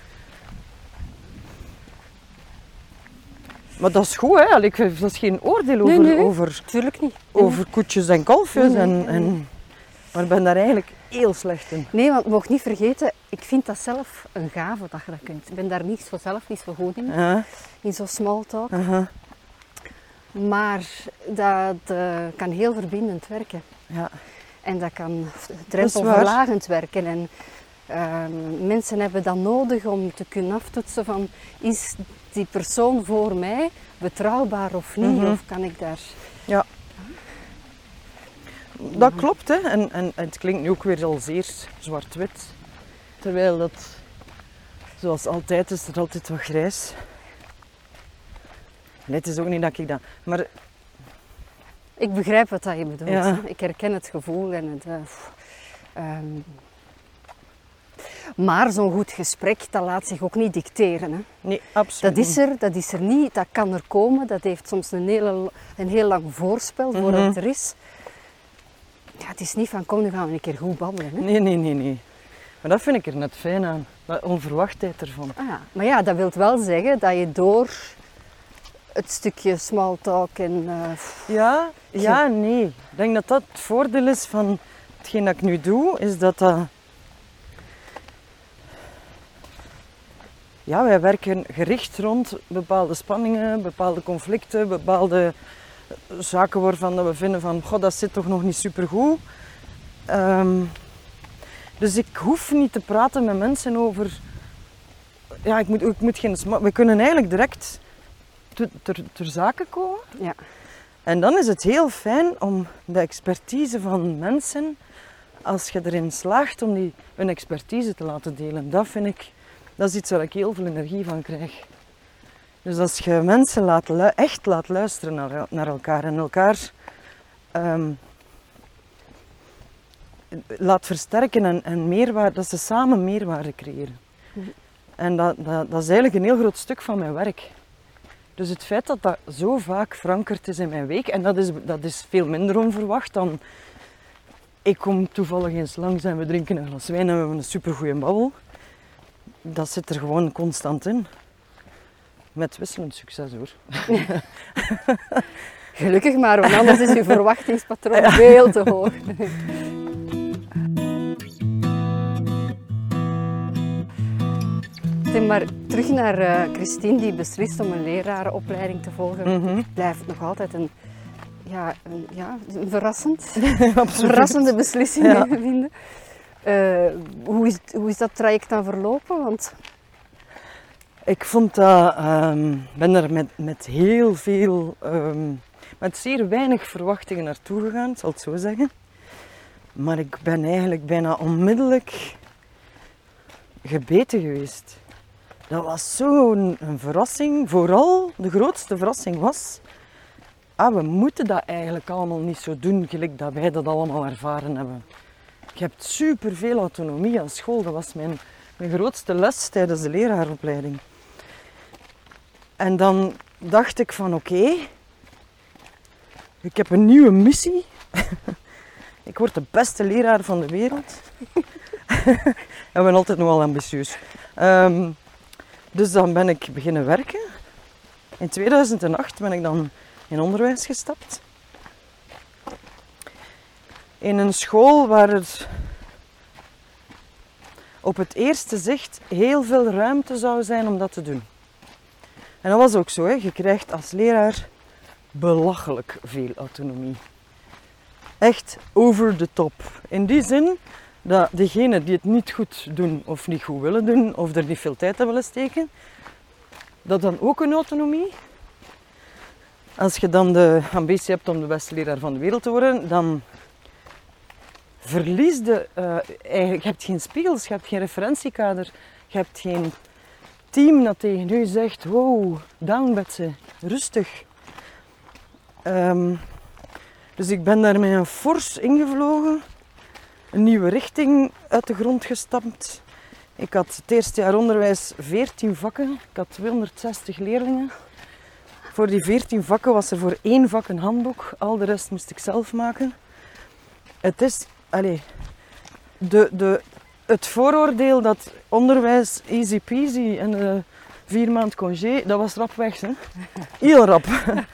Maar dat is goed, hè? Allee, dat is geen oordeel over, nee, nee. over, Tuurlijk niet. over koetjes en kalfjes. Nee, nee, en, en, maar ik ben daar eigenlijk heel slecht in. Nee, want mocht niet vergeten, ik vind dat zelf een gave dat je dat kunt. Ik ben daar niet zo zelf, niet zo goed in, Ja. in zo'n small talk. Uh-huh. Maar dat uh, kan heel verbindend werken. Ja. En dat kan Dat is waar. drempelverlagend werken. En Uh, mensen hebben dat nodig om te kunnen aftoetsen van, is die persoon voor mij betrouwbaar of niet? Mm-hmm. Of kan ik daar... Ja. Dat klopt, hè. En, en, en het klinkt nu ook weer al zeer zwart-wit. Terwijl dat, zoals altijd, is er altijd wat grijs. Nee, het is ook niet dat ik dat... Maar... Ik begrijp wat je bedoelt. Ja. Ik herken het gevoel en het... Uh, um... Maar zo'n goed gesprek, dat laat zich ook niet dicteren. Hè. Nee, absoluut dat is er, dat is er niet, dat kan er komen. Dat heeft soms een, hele, een heel lang voorspel voordat mm-hmm. het er is. Ja, het is niet van, kom, nu gaan we een keer goed babbelen. Hè. Nee, nee, nee, nee. Maar dat vind ik er net fijn aan. De onverwachtheid ervan. Ah, ja. Maar ja, dat wil wel zeggen dat je door het stukje small talk en... Uh, ja, ja, nee. Ik denk dat dat het voordeel is van hetgeen dat ik nu doe, is dat dat... Ja, wij werken gericht rond bepaalde spanningen, bepaalde conflicten, bepaalde zaken waarvan we vinden van, goh, dat zit toch nog niet supergoed. Um, dus ik hoef niet te praten met mensen over... Ja, ik moet, ik moet geen... We kunnen eigenlijk direct ter, ter, ter zake komen. Ja. En dan is het heel fijn om de expertise van mensen, als je erin slaagt om die, hun expertise te laten delen, dat vind ik... Dat is iets waar ik heel veel energie van krijg. Dus als je mensen laat lu- echt laat luisteren naar, naar elkaar en elkaar um, laat versterken en, en meerwaarde, dat ze samen meerwaarde creëren. Mm-hmm. En dat, dat, dat is eigenlijk een heel groot stuk van mijn werk. Dus het feit dat dat zo vaak verankerd is in mijn week, en dat is, dat is veel minder onverwacht dan... Ik kom toevallig eens langs en we drinken een glas wijn en we hebben een supergoeie babbel. Dat zit er gewoon constant in. Met wisselend succes hoor. Gelukkig maar, want anders is uw verwachtingspatroon ja. veel te hoog. Tim, maar terug naar uh, Christine die beslist om een lerarenopleiding te volgen. Mm-hmm. Blijft nog altijd een, ja, een, ja, een verrassend, verrassende beslissing ja. vinden. Uh, hoe, is, hoe is dat traject dan verlopen? Want... Ik vond dat, um, ben er met, met heel veel, um, met zeer weinig verwachtingen naartoe gegaan, zal het zo zeggen. Maar ik ben eigenlijk bijna onmiddellijk gebeten geweest. Dat was zo'n een verrassing. Vooral de grootste verrassing was, ah, we moeten dat eigenlijk allemaal niet zo doen, gelijk dat wij dat allemaal ervaren hebben. Je hebt superveel autonomie aan school. Dat was mijn, mijn grootste les tijdens de leraaropleiding. En dan dacht ik van oké, okay, ik heb een nieuwe missie. Ik word de beste leraar van de wereld. En ik ben altijd nogal ambitieus. Um, dus dan ben ik beginnen werken. In tweeduizend acht ben ik dan in onderwijs gestapt. In een school waar er op het eerste zicht heel veel ruimte zou zijn om dat te doen. En dat was ook zo, hè. Je krijgt als leraar belachelijk veel autonomie. Echt over de top. In die zin dat degenen die het niet goed doen of niet goed willen doen of er niet veel tijd aan willen steken, dat dan ook een autonomie. Als je dan de ambitie hebt om de beste leraar van de wereld te worden, dan verlies je, uh, eigenlijk, je hebt geen spiegels, je hebt geen referentiekader, je hebt geen team dat tegen u zegt, wow, down Betse, rustig. Um, dus ik ben daar met een fors ingevlogen, een nieuwe richting uit de grond gestampt. Ik had het eerste jaar onderwijs veertien vakken, ik had tweehonderdzestig leerlingen. Voor die veertien vakken was er voor één vak een handboek, al de rest moest ik zelf maken. Het is, allez, de, de, het vooroordeel dat onderwijs easy peasy en uh, vier maand congé, dat was rap weg, hè? Heel rap.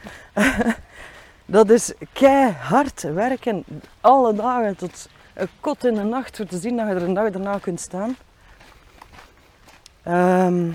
Dat is keihard werken, alle dagen tot een kot in de nacht, voor te zien dat je er een dag daarna kunt staan. Um,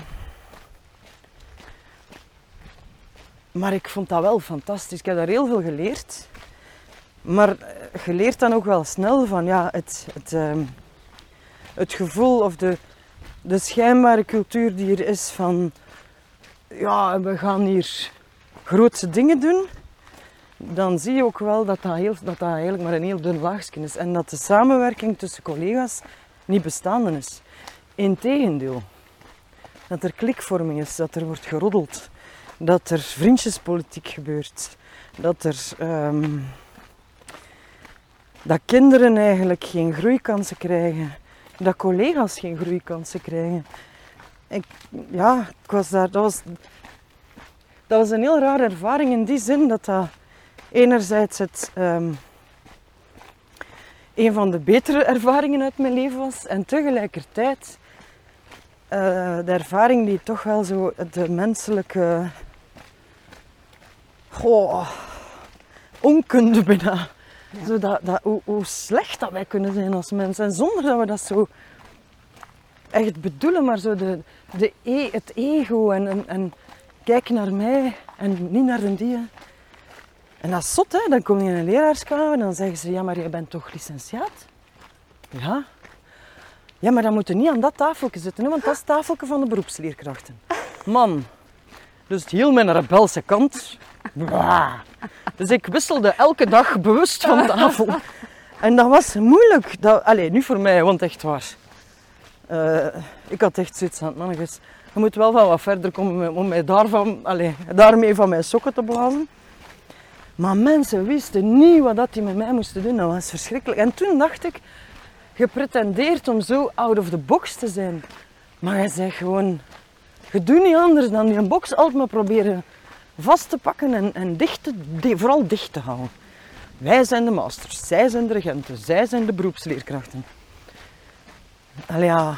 maar ik vond dat wel fantastisch. Ik heb daar heel veel geleerd. Maar geleerd dan ook wel snel van ja, het, het, um, het gevoel of de, de schijnbare cultuur die er is van ja, we gaan hier grootse dingen doen, dan zie je ook wel dat dat, heel, dat dat eigenlijk maar een heel dun laagje is. En dat de samenwerking tussen collega's niet bestaande is. Integendeel. Dat er klikvorming is, dat er wordt geroddeld. Dat er vriendjespolitiek gebeurt. Dat er... Um, dat kinderen eigenlijk geen groeikansen krijgen. Dat collega's geen groeikansen krijgen. Ik, ja, ik was daar... Dat was, dat was een heel rare ervaring in die zin dat dat... Enerzijds het... Um, een van de betere ervaringen uit mijn leven was. En tegelijkertijd... Uh, de ervaring die toch wel zo de menselijke... Goh, onkunde bijna. Ja. Zo dat, dat, hoe, hoe slecht dat wij kunnen zijn als mensen. En zonder dat we dat zo echt bedoelen, maar zo de, de e, het ego en, en, en kijk naar mij en niet naar de die. En dat is zot, hè. Dan kom je in een leraarskamer en dan zeggen ze, ja, maar jij bent toch licentiaat? Ja. Ja, maar dan moet je niet aan dat tafeltje zitten, hè, want dat is het tafeltje van de beroepsleerkrachten. Man, dus heel mijn rebelse kant. Blah. Dus ik wisselde elke dag bewust van tafel. En dat was moeilijk. Dat, allez, nu voor mij, want echt waar. Uh, ik had echt zoiets aan het mannetjes. Je moet wel van wat verder komen om mij daarvan, allez, daarmee van mijn sokken te blazen. Maar mensen wisten niet wat dat die met mij moesten doen. Dat was verschrikkelijk. En toen dacht ik, je pretendeert om zo out of the box te zijn. Maar je zegt gewoon, je doet niet anders dan die box altijd maar proberen vast te pakken en, en dicht te, vooral dicht te houden. Wij zijn de masters, zij zijn de regenten, zij zijn de beroepsleerkrachten. Allee, ja.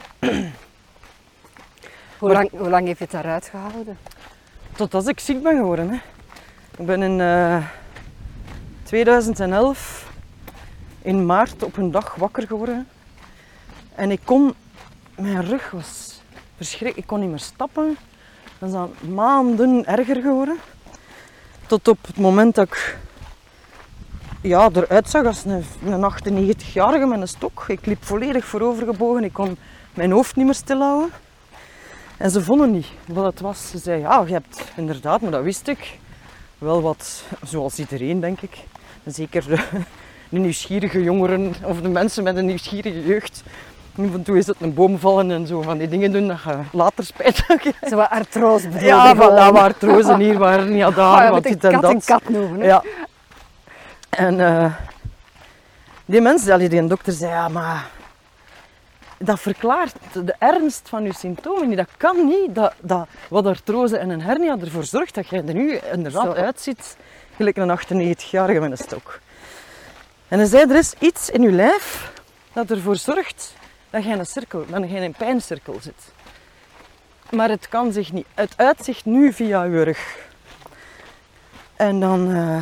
Hoe lang, hoe lang heeft je het daaruit gehouden? Totdat ik ziek ben geworden. Hè. Ik ben in uh, tweeduizend elf in maart op een dag wakker geworden. En ik kon, mijn rug was verschrikkelijk, ik kon niet meer stappen. Dat is dan maanden erger geworden. Tot op het moment dat ik ja, eruit zag als een, een achtennegentigjarige met een stok. Ik liep volledig voorovergebogen, ik kon mijn hoofd niet meer stilhouden. En ze vonden niet wat het was. Ze zeiden, ja, je hebt inderdaad, maar dat wist ik, wel wat, zoals iedereen denk ik. Zeker de, de nieuwsgierige jongeren of de mensen met een nieuwsgierige jeugd. Af en toe is het een boom vallen en zo van die dingen doen dat je later spijt hebt. Zo wat artrose bedoel ja, ja, voilà, waar artrose hier, waar niet ja, daar, oh, ja, wat dit en kat dat. en kat noemen. Ja. En uh, die mensen, die dokter zei, ja, maar dat verklaart de ernst van je symptomen niet. Dat kan niet, dat, dat wat artrose en een hernia ervoor zorgt dat jij er nu inderdaad zo uitziet, gelijk een achtennegentigjarige met een stok. En hij zei, er is iets in je lijf dat ervoor zorgt dat je in een cirkel, dat je in een pijncirkel zit. Maar het kan zich niet, het uitzicht nu via je rug. En dan, uh,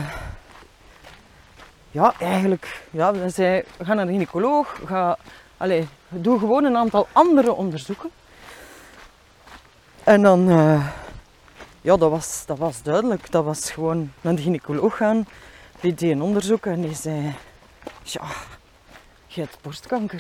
ja, eigenlijk, ja, dan zei ga naar de gynaecoloog, ga, allez, doe gewoon een aantal andere onderzoeken. En dan, uh, ja, dat was, dat was duidelijk, dat was gewoon naar de gynaecoloog gaan, die deed een onderzoek en die zei, ja, je hebt borstkanker.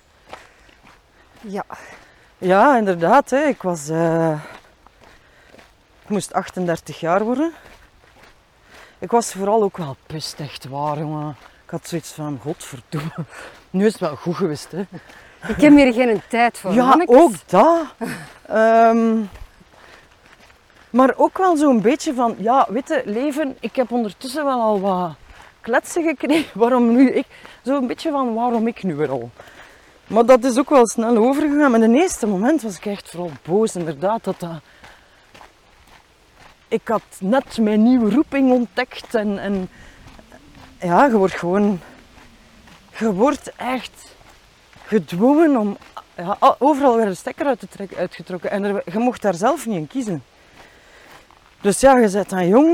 Ja. Ja, inderdaad. Hè. Ik was... Uh, ik moest achtendertig jaar worden. Ik was vooral ook wel pist, echt waar, jongen. Ik had zoiets van, godverdomme. Nu is het wel goed geweest, hè. Ik heb hier geen tijd voor, ja, mannetjes. ook dat. um, maar ook wel zo'n beetje van, ja, weet je, leven... Ik heb ondertussen wel al wat kletsen gekregen. Waarom nu ik? Zo'n beetje van, waarom ik nu weer al? Maar dat is ook wel snel overgegaan. Maar in het eerste moment was ik echt vooral boos, inderdaad. Dat dat... Ik had net mijn nieuwe roeping ontdekt. En, en ja, je wordt gewoon... Je wordt echt gedwongen om ja, overal weer een stekker uit te trekken, uitgetrokken. En er, je mocht daar zelf niet in kiezen. Dus ja, je bent dan jong.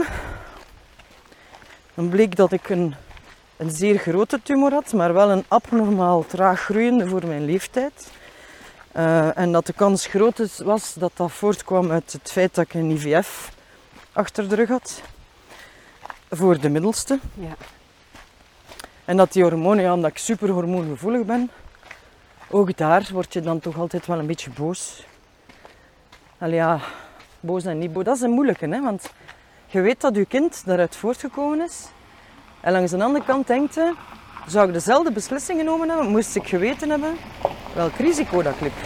Dan bleek dat ik een... een zeer grote tumor had, maar wel een abnormaal traag groeiende voor mijn leeftijd. Uh, en dat de kans groot was dat dat voortkwam uit het feit dat ik een I V F achter de rug had. Voor de middelste. Ja. En dat die hormonen, ja, omdat ik super hormoongevoelig ben, ook daar word je dan toch altijd wel een beetje boos. Allee, ja, boos en niet boos. Dat is een moeilijke, hè? Want je weet dat je kind daaruit voortgekomen is. En langs de andere kant denkt je, zou ik dezelfde beslissing genomen hebben, moest ik geweten hebben welk risico dat ik liep.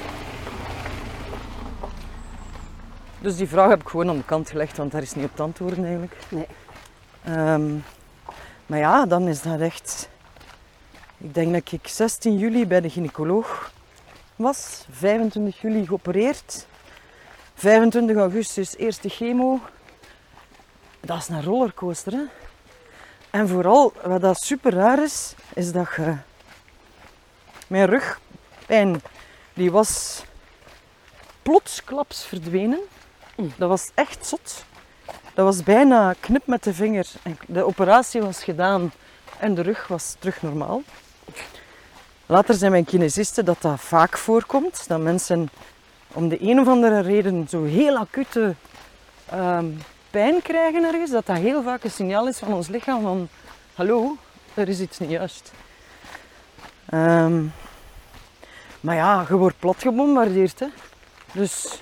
Dus die vraag heb ik gewoon aan de kant gelegd, want daar is niet op te antwoorden eigenlijk. Nee. Um, maar ja, dan is dat echt... Ik denk dat ik zestien juli bij de gynaecoloog was, vijfentwintig juli geopereerd, vijfentwintig augustus eerste chemo. Dat is een rollercoaster, hè. En vooral, wat dat super raar is, is dat je... Mijn rugpijn, die was plotsklaps verdwenen. Dat was echt zot. Dat was bijna knip met de vinger. De operatie was gedaan en de rug was terug normaal. Later zei mijn kinesiste dat dat vaak voorkomt. Dat mensen om de een of andere reden zo heel acute um, pijn krijgen ergens. Dat dat heel vaak een signaal is van ons lichaam van... Hallo, er is iets niet juist. Um, maar ja, je wordt plat gebombardeerd, hè. Dus...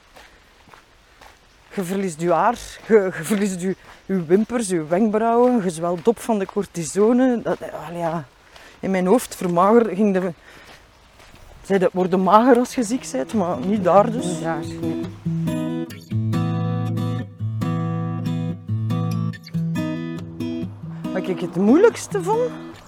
Je verliest je haar, je, je verliest je, je wimpers, je wenkbrauwen, je zwelt op van de cortisone. Dat, ja, in mijn hoofd vermager ging de... Zij de, worden mager als je ziek bent, maar niet daar dus. Niet daar, nee. Wat ik het moeilijkste vond,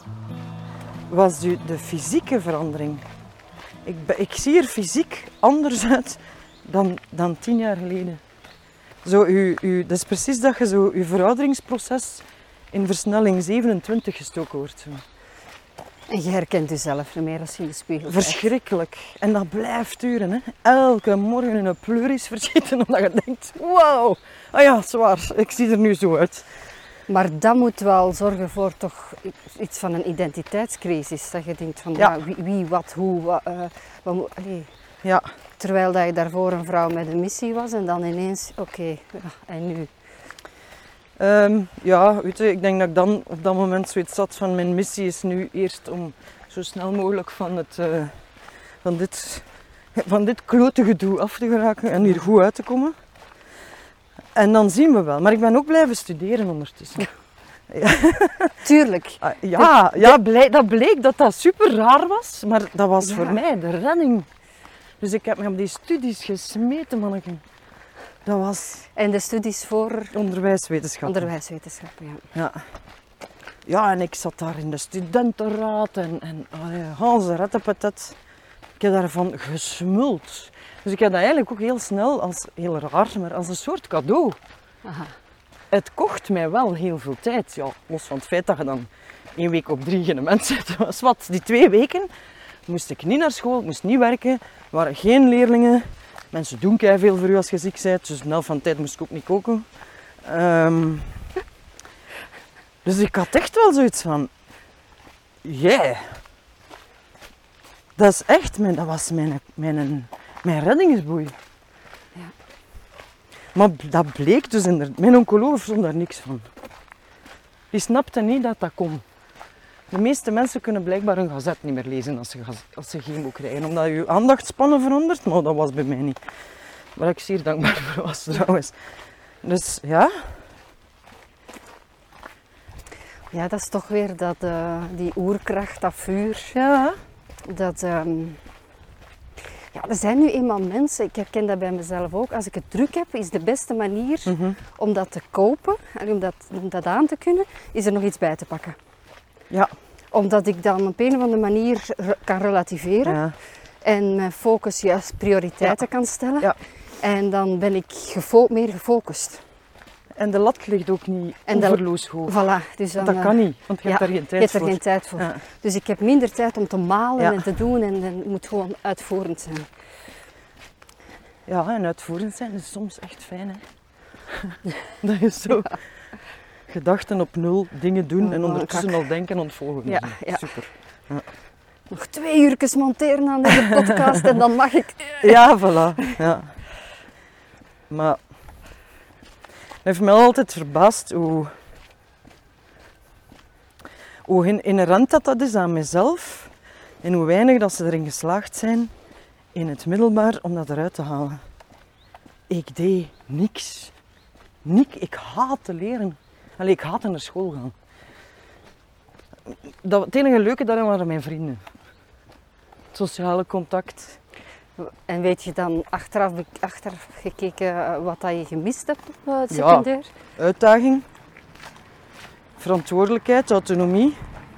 was de, de fysieke verandering. Ik, ik zie er fysiek anders uit dan, dan tien jaar geleden. Zo, u, u, dat is precies dat je zo je verouderingsproces in versnelling zevenentwintig gestoken wordt. Zo. En je herkent jezelf niet meer als je in de spiegel kijkt. Verschrikkelijk. En dat blijft duren. Hè. Elke morgen in een pleuris verschieten omdat je denkt, wauw, ah ja, zwaar, ik zie er nu zo uit. Maar dat moet wel zorgen voor toch iets van een identiteitscrisis. Dat je denkt van Ja. ja, wie, wie, wat, hoe, wat, uh, wat moet... Allee. Ja. Terwijl dat je daarvoor een vrouw met een missie was en dan ineens, oké, okay, ja, en nu? Um, ja, weet je, ik denk dat ik dan op dat moment zoiets had van mijn missie is nu eerst om zo snel mogelijk van, het, uh, van, dit, van dit klote gedoe af te geraken en hier goed uit te komen. En dan zien we wel. Maar ik ben ook blijven studeren ondertussen. Ja. Tuurlijk. Ja, ja blij, dat bleek dat dat super raar was, maar dat was Ja. voor mij de redding. Dus ik heb me op die studies gesmeten, manneke. Dat was... En de studies voor Onderwijswetenschappen. onderwijswetenschappen, ja. Ja. Ja, en ik zat daar in de studentenraad en, en Hans de rettepatet. Ik heb daarvan gesmuld. Dus ik heb dat eigenlijk ook heel snel, als, heel raar, maar als een soort cadeau. Aha. Het kocht mij wel heel veel tijd. Ja, los van het feit dat je dan één week op drie genement zit. Was wat, die twee weken moest ik niet naar school, ik moest niet werken. Er waren geen leerlingen. Mensen doen keiveel voor u als je ziek bent. Dus de helft van de tijd moest ik ook niet koken. Um, dus ik had echt wel zoiets van... Yeah. Dat is echt, mijn, dat was mijn, mijn, mijn reddingsboei. Ja. Maar dat bleek dus inderdaad. Mijn oncoloog vond daar niks van. Die snapte niet dat dat kon. De meeste mensen kunnen blijkbaar een gazet niet meer lezen als ze, als ze chemo krijgen. Omdat je aandachtspannen verandert, maar dat was bij mij niet. Waar ik zeer dankbaar voor was trouwens. Dus ja. Ja, dat is toch weer dat, uh, die oerkracht, dat vuur. Ja. Dat, um... ja, er zijn nu eenmaal mensen, ik herken dat bij mezelf ook. Als ik het druk heb, is de beste manier Mm-hmm. om dat te kopen en om dat, om dat aan te kunnen, is er nog iets bij te pakken. Ja. Omdat ik dan op een of andere manier re- kan relativeren Ja. en mijn focus juist prioriteiten Ja. kan stellen. Ja. En dan ben ik gefo- meer gefocust. En de lat ligt ook niet En de- overloos hoog. Voilà, dus dan, dat uh, kan niet, want je ja, hebt daar geen je tijd hebt er voor. geen tijd voor. Ja. Dus ik heb minder tijd om te malen Ja. en te doen en, en het moet gewoon uitvoerend zijn. Ja, en uitvoerend zijn is soms echt fijn, hè. Dat is zo... Ja. Gedachten op nul, dingen doen en Oh, ondertussen kak. al denken en ontvolgen. Ja, Zo. ja. Super. Nog twee uurtjes monteren aan deze podcast en dan mag ik... Ja, voilà. Ja. Maar het heeft mij altijd verbaasd hoe, hoe in- inherent dat, dat is aan mezelf. En hoe weinig dat ze erin geslaagd zijn in het middelbaar om dat eruit te halen. Ik deed niks. Niks. Ik haatte leren. Allee, ik haatte naar school gaan. Dat, het enige leuke daarin waren mijn vrienden. Het sociale contact. En weet je dan achteraf, achteraf gekeken wat dat je gemist hebt op uh, het secundair? Ja, uitdaging. Verantwoordelijkheid, autonomie.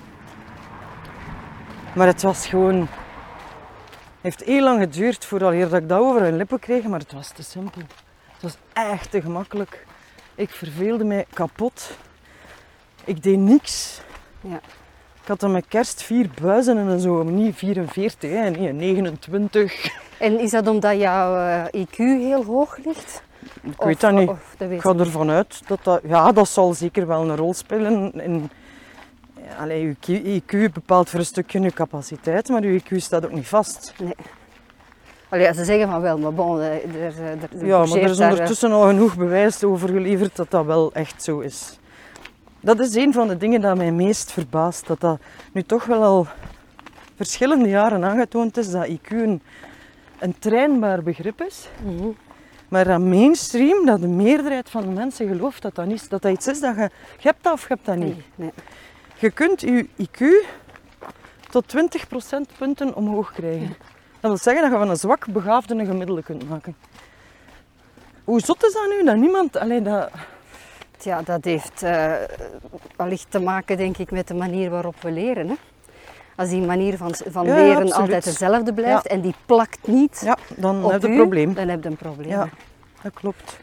Maar het was gewoon... Het heeft heel lang geduurd voordat ik dat over mijn lippen kreeg, maar het was te simpel. Het was echt te gemakkelijk. Ik verveelde mij kapot. Ik deed niks. Ja. Ik had dan met kerst vier buizen en zo, niet vierenveertig, hè, niet negenentwintig. En is dat omdat jouw uh, I Q heel hoog ligt? Ik weet dat niet. Of, dat weet ik ga ervan uit dat dat... Ja, dat zal zeker wel een rol spelen. In, allee, je I Q bepaalt voor een stukje je capaciteit, maar je I Q staat ook niet vast. Nee. Allee, ze zeggen van wel, maar bon, er, er, er Ja, maar er is ondertussen al genoeg bewijs over geleverd dat dat wel echt zo is. Dat is een van de dingen dat mij meest verbaast. Dat dat nu toch wel al verschillende jaren aangetoond is dat I Q een, een trainbaar begrip is. Mm-hmm. Maar dat mainstream, dat de meerderheid van de mensen gelooft dat dat niet, dat dat iets is dat je... Je hebt dat of je hebt dat niet. Nee, nee. Je kunt je I Q tot twintig procentpunten omhoog krijgen. Dat wil zeggen dat je van een zwak begaafde een gemiddelde kunt maken. Hoe zot is dat nu? Dat niemand... Allee, dat... Ja, dat heeft uh, wellicht te maken, denk ik, met de manier waarop we leren. Hè? Als die manier van, van ja, leren absoluut. altijd hetzelfde blijft Ja. en die plakt niet Ja, dan op heb je u, een probleem. dan heb je een probleem. Ja, dat klopt.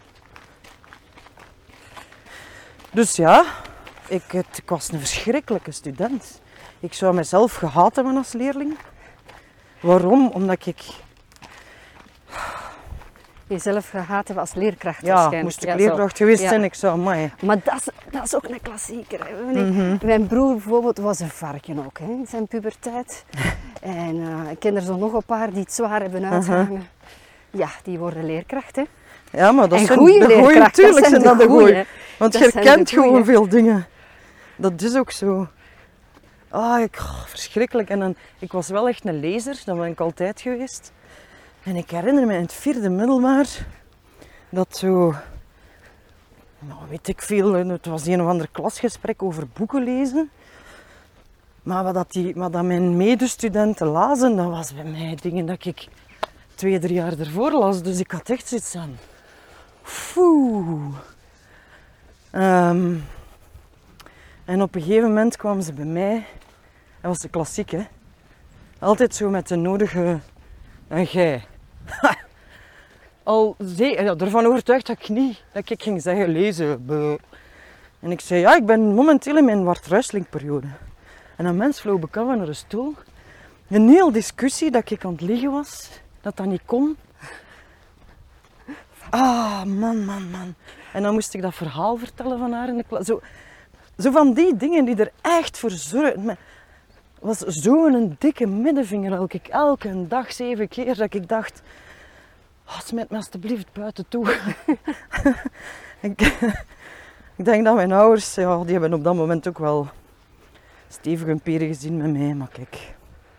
Dus ja, ik, het, ik was een verschrikkelijke student. Ik zou mezelf gehaat hebben als leerling. Waarom? Omdat ik... Jezelf gehaat hebben als leerkracht Ja, waarschijnlijk. moest ik Ja, leerkracht zo. geweest Ja. zijn, ik zou... Amai. Maar dat is, dat is ook een klassieker. Hè. Wanneer- Mhm. Mijn broer bijvoorbeeld was een varken ook, hè, in zijn puberteit. En uh, ik ken er zo nog een paar die het zwaar hebben uitgehangen. Ja, die worden leerkracht, hè. Ja, maar dat En zijn goeie de goeie, leerkrachten, tuurlijk dat zijn zijn dat de de goeie. goeie. Want Dat je zijn herkent de goeie. gewoon veel dingen. Dat is ook zo. Ah, ik, oh, verschrikkelijk. En dan, ik was wel echt een lezer, dat ben ik altijd geweest. En ik herinner me in het vierde middelbaar dat zo, nou weet ik veel, het was een of ander klasgesprek over boeken lezen. Maar wat, dat die, wat dat mijn medestudenten lazen, dat was bij mij dingen dat ik twee, drie jaar ervoor las. Dus ik had echt zoiets aan. Foeh. Um, en op een gegeven moment kwamen ze bij mij. Dat was de klassiek, hè. Altijd zo met de nodige... En jij. Al ze, ja, ervan overtuigd dat ik niet... Dat ik ging zeggen, lezen. Buh. En ik zei, ja, ik ben momenteel in mijn Wart Ruislingperiode. En een mens vloog bekend naar een stoel. Een heel discussie dat ik aan het liggen was. Dat dat niet kon. Ah, man, man, man. En dan moest ik dat verhaal vertellen van haar in de klas. Zo, zo van die dingen die er echt voor zorgen. Het was zo'n dikke middenvinger elke, elke dag, zeven keer, dat ik dacht... Oh, smijt me alsjeblieft buiten toe. ik, ik denk dat mijn ouders, ja, die hebben op dat moment ook wel stevig hun peren gezien met mij, maar kijk.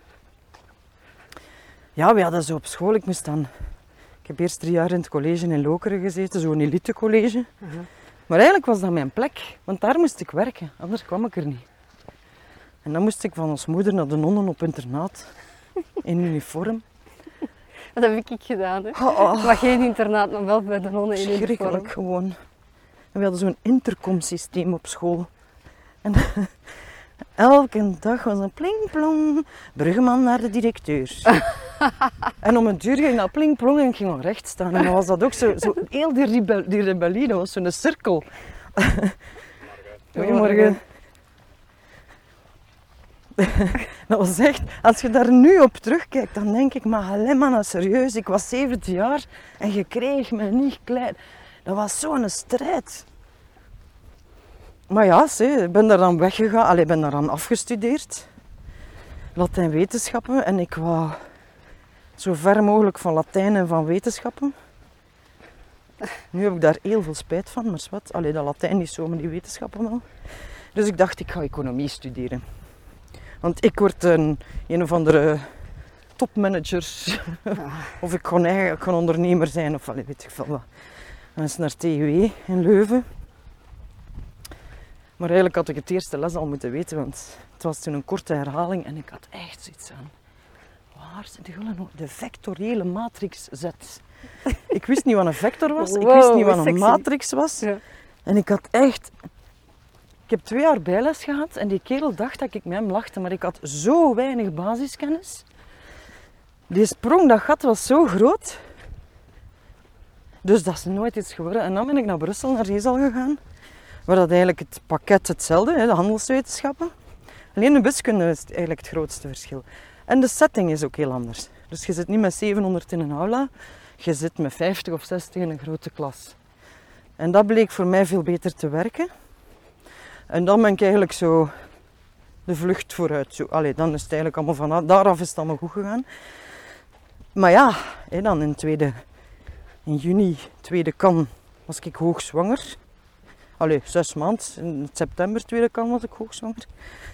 Ja, we hadden zo op school, ik moest dan... Ik heb eerst drie jaar in het college in Lokeren gezeten, zo'n elitecollege. Uh-huh. Maar eigenlijk was dat mijn plek, want daar moest ik werken, anders kwam ik er niet. En dan moest ik van ons moeder naar de nonnen op internaat, in uniform. Dat heb ik gedaan, hè. Oh, oh. Maar geen internaat, maar wel bij de nonnen in uniform. Schrikkelijk gewoon. En we hadden zo'n intercomsysteem op school. En elke dag was een pling-plong, Bruggeman naar de directeur. En om een duur ging dat pling-plong en ik ging al recht staan. En dan was dat ook zo, zo heel die, rebel, die rebellie, dat was zo'n cirkel. Goedemorgen. Dat was echt, als je daar nu op terugkijkt, dan denk ik, maar alleen maar nou serieus, ik was zeventien jaar en je kreeg me niet klein. Dat was zo'n strijd. Maar ja, ik ben daar dan weggegaan, allee, ik ben daar dan afgestudeerd. Latijn-wetenschappen en ik wou zo ver mogelijk van Latijn en van wetenschappen. Nu heb ik daar heel veel spijt van, maar wat, allee, dat Latijn is zo, maar die wetenschappen wel. Dus ik dacht, ik ga economie studeren. Want ik word een, een of andere topmanager. Ja. Of ik kon eigenlijk een ondernemer zijn. Of allee, weet ik veel wat. Dan is naar T U W in Leuven. Maar eigenlijk had ik het eerste les al moeten weten. Want het was toen een korte herhaling. En ik had echt zoiets aan. Waar zit de, de vectoriële matrix Z? Ik wist niet wat een vector was. Ik Wow, wist niet wat een sexy. matrix was. Ja. En ik had echt... Ik heb twee jaar bijles gehad en die kerel dacht dat ik met hem lachte, maar ik had zo weinig basiskennis. Die sprong, dat gat was zo groot. Dus dat is nooit iets geworden. En dan ben ik naar Brussel, naar Riesal gegaan, waar dat eigenlijk het pakket hetzelfde is, de handelswetenschappen. Alleen de wiskunde is eigenlijk het grootste verschil. En de setting is ook heel anders. Dus je zit niet met zevenhonderd in een aula, je zit met vijftig of zestig in een grote klas. En dat bleek voor mij veel beter te werken. En dan ben ik eigenlijk zo de vlucht vooruit. Zo, allee, dan is het eigenlijk allemaal van daaraf is het allemaal goed gegaan. Maar ja, hé, dan in, tweede, in juni, tweede kan, was ik hoogzwanger. Allee, zes maanden. In september, tweede kan, was ik hoogzwanger.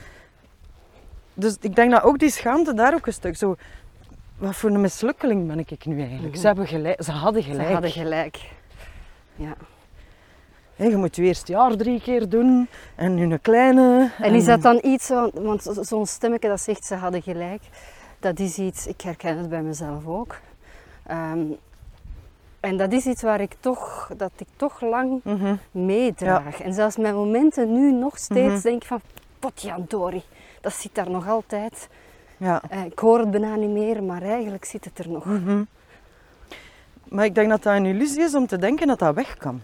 Dus ik denk dat ook die schaamte daar ook een stuk zo... Wat voor een mislukkeling ben ik nu eigenlijk? Mm-hmm. Ze, hebben gelijk, ze hadden gelijk. Ze hadden gelijk. Ja. Hé, je moet je eerst jaar drie keer doen en nu een kleine. En is dat dan iets, want, want zo- zo'n stemmetje dat zegt ze hadden gelijk, dat is iets, ik herken het bij mezelf ook. Ehm, en dat is iets waar ik toch, dat ik toch lang Mhm. meedraag. En zelfs mijn momenten nu nog steeds Mhm. denk ik van, potjandori, dat zit daar nog altijd. Ja. Eh, ik hoor het bijna niet meer, maar eigenlijk zit het er nog. Mhm. Maar ik denk dat dat een illusie is om te denken dat dat weg kan.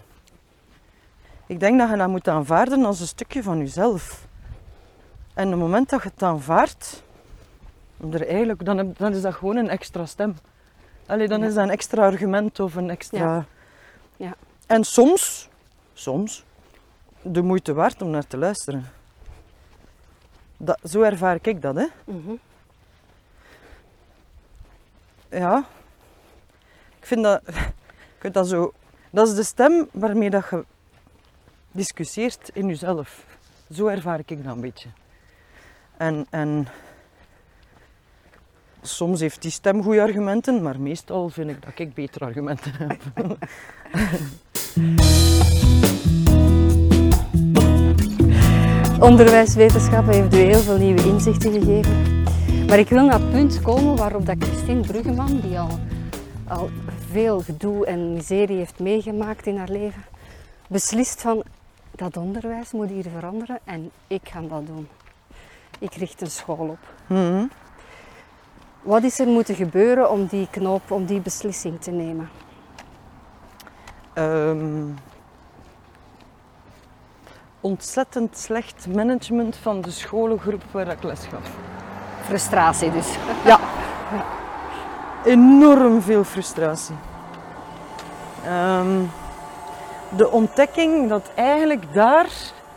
Ik denk dat je dat moet aanvaarden als een stukje van jezelf. En op het moment dat je het aanvaardt, er eigenlijk, dan, heb- dan is dat gewoon een extra stem. Allee, dan Ja. is dat een extra argument of een extra... Ja. Ja. En soms, soms, de moeite waard om naar te luisteren. Dat, zo ervaar ik dat, hè. Mhm. Ja. Ik vind dat... Ik vind dat zo... Dat is de stem waarmee dat je discussieert in jezelf. Zo ervaar ik dat een beetje. En, en... Soms heeft die stem goede argumenten, maar meestal vind ik dat ik betere argumenten heb. Onderwijswetenschappen heeft u heel veel nieuwe inzichten gegeven. Maar ik wil naar het punt komen waarop dat Christine Bruggeman, die al, al veel gedoe en miserie heeft meegemaakt in haar leven, beslist van dat onderwijs moet hier veranderen en ik ga dat doen. Ik richt een school op. Mhm. Wat is er moeten gebeuren om die knoop, om die beslissing te nemen? Ehm, ontzettend slecht management van de scholengroep waar ik les gaf. Frustratie dus. Ja. Enorm veel frustratie. Ehm, de ontdekking dat eigenlijk daar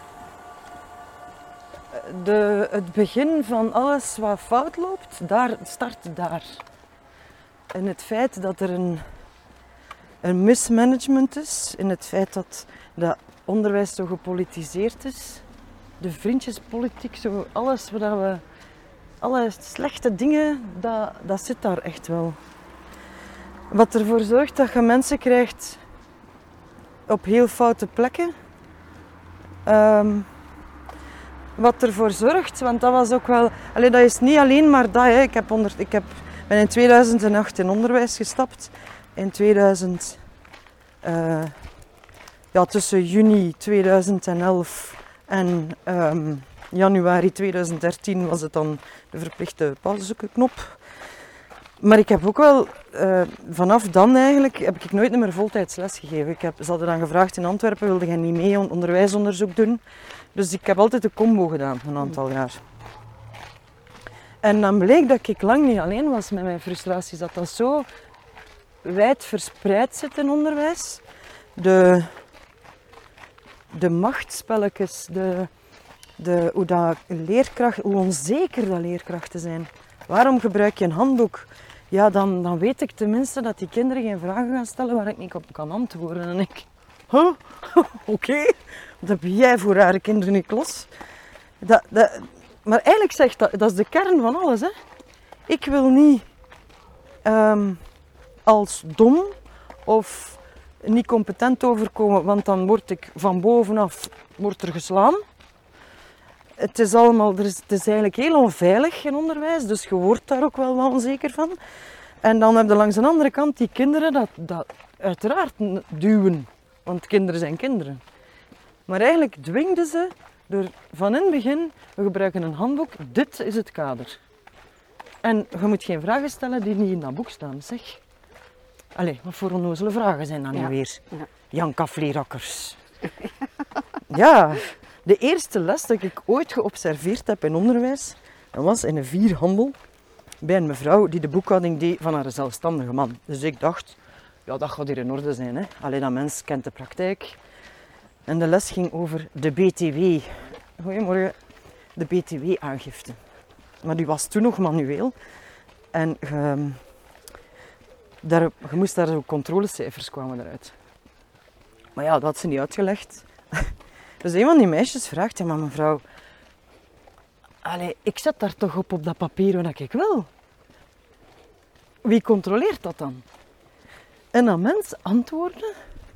de, het begin van alles wat fout loopt, daar start daar. En het feit dat er een, een mismanagement is, in het feit dat dat onderwijs zo gepolitiseerd is, de vriendjespolitiek, zo alles wat we, alle slechte dingen, dat, dat zit daar echt wel. Wat ervoor zorgt dat je mensen krijgt op heel foute plekken. Ehm, wat ervoor zorgt, want dat was ook wel... Allee, dat is niet alleen maar dat. Hè. Ik, heb onder, ik heb, ben in tweeduizend acht in onderwijs gestapt. In tweeduizend... Uh, ja, tussen juni tweeduizend elf en um, januari tweeduizend dertien was het dan de verplichte pauzezoekenknop. Maar ik heb ook wel, uh, vanaf dan eigenlijk, heb ik nooit meer voltijds les gegeven. Ik heb, ze hadden dan gevraagd in Antwerpen, wilde jij niet mee on- onderwijsonderzoek doen? Dus ik heb altijd de combo gedaan, een aantal jaar. En dan bleek dat ik lang niet alleen was met mijn frustraties, dat dat zo wijd verspreid zit in onderwijs. De, de machtsspelletjes, de, de, hoe, dat leerkracht, hoe onzeker dat leerkrachten zijn. Waarom gebruik je een handboek? Ja, dan, dan weet ik tenminste dat die kinderen geen vragen gaan stellen waar ik niet op kan antwoorden. En ik, huh? Oké, okay. Wat heb jij voor rare kinderen in je klas? Dat, dat, maar eigenlijk zegt dat, dat is de kern van alles. Hè. Ik wil niet um, als dom of niet competent overkomen, want dan word ik van bovenaf wordt er geslaan. Het is, allemaal, er is, het is eigenlijk heel onveilig in onderwijs, dus je wordt daar ook wel wat onzeker van. En dan heb je langs de andere kant die kinderen dat, dat uiteraard duwen, want kinderen zijn kinderen. Maar eigenlijk dwingden ze door van in het begin, we gebruiken een handboek, dit is het kader. En je moet geen vragen stellen die niet in dat boek staan, zeg. Allee, wat voor onnozele vragen zijn dat nu Ja. weer? Ja. Janka Vleerakkers. Ja, de eerste les dat ik ooit geobserveerd heb in onderwijs, dat was in een vierhandel bij een mevrouw die de boekhouding deed van haar zelfstandige man. Dus ik dacht, ja, dat gaat hier in orde zijn. Hè? Allee, dat mens kent de praktijk. En de les ging over de B T W. Goedemorgen, de B T W-aangifte. Maar die was toen nog manueel. En je, daar, je moest daar zo controlecijfers kwamen eruit. Maar ja, dat had ze niet uitgelegd. Dus een van die meisjes vraagt, ja maar mevrouw, allee, ik zet daar toch op op dat papier wat ik wil. Wie controleert dat dan? En dat mens antwoordde,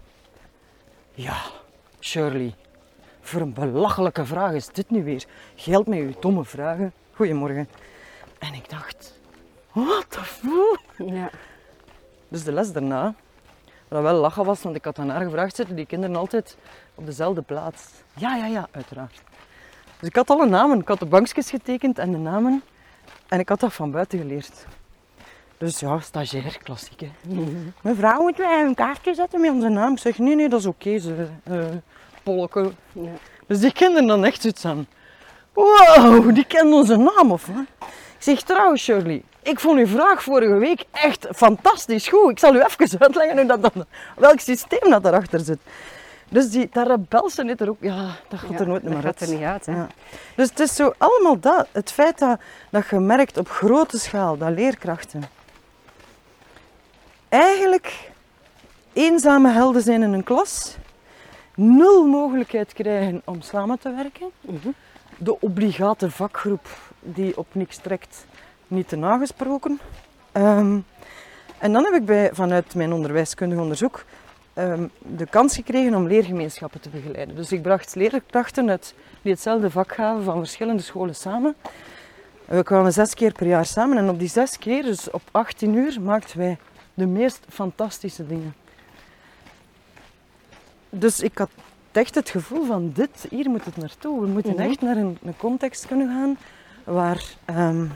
ja, Shirley, voor een belachelijke vraag is dit nu weer. Geld met uw domme vragen. Goedemorgen. En ik dacht, what the fuck? Ja. Dus de les daarna, wat wel lachen was, want ik had aan haar gevraagd, zitten die kinderen altijd op dezelfde plaats? Ja, ja, ja, uiteraard. Dus ik had alle namen, ik had de bankjes getekend en de namen. En ik had dat van buiten geleerd. Dus ja, stagiair, klassiek hè. Mm-hmm. Mevrouw, moeten wij een kaartje zetten met onze naam? Ik zeg, nee, nee, dat is oké, ze, uh, Polleke. Ja. Dus die kinderen dan echt zoiets aan. Wow, die kennen onze naam of wat? Ik zeg, trouwens Shirley, ik vond uw vraag vorige week echt fantastisch goed. Ik zal u even uitleggen hoe dat dan, welk systeem dat daarachter zit. Dus die, dat rebelse net er ook, ja, dat gaat ja, er nooit meer uit. Dat gaat er niet uit, hè. Ja. Dus het is zo allemaal dat, het feit dat, dat je merkt op grote schaal, dat leerkrachten eigenlijk eenzame helden zijn in een klas, nul mogelijkheid krijgen om samen te werken, mm-hmm. de obligate vakgroep die op niks trekt, niet te nagesproken. Um, en dan heb ik bij, vanuit mijn onderwijskundig onderzoek um, de kans gekregen om leergemeenschappen te begeleiden. Dus ik bracht leerkrachten uit die hetzelfde vak gaven van verschillende scholen samen. En we kwamen zes keer per jaar samen en op die zes keer, dus op achttien uur, maakten wij de meest fantastische dingen. Dus ik had echt het gevoel van dit, hier moet het naartoe. We moeten mm-hmm. echt naar een, een context kunnen gaan waar, um,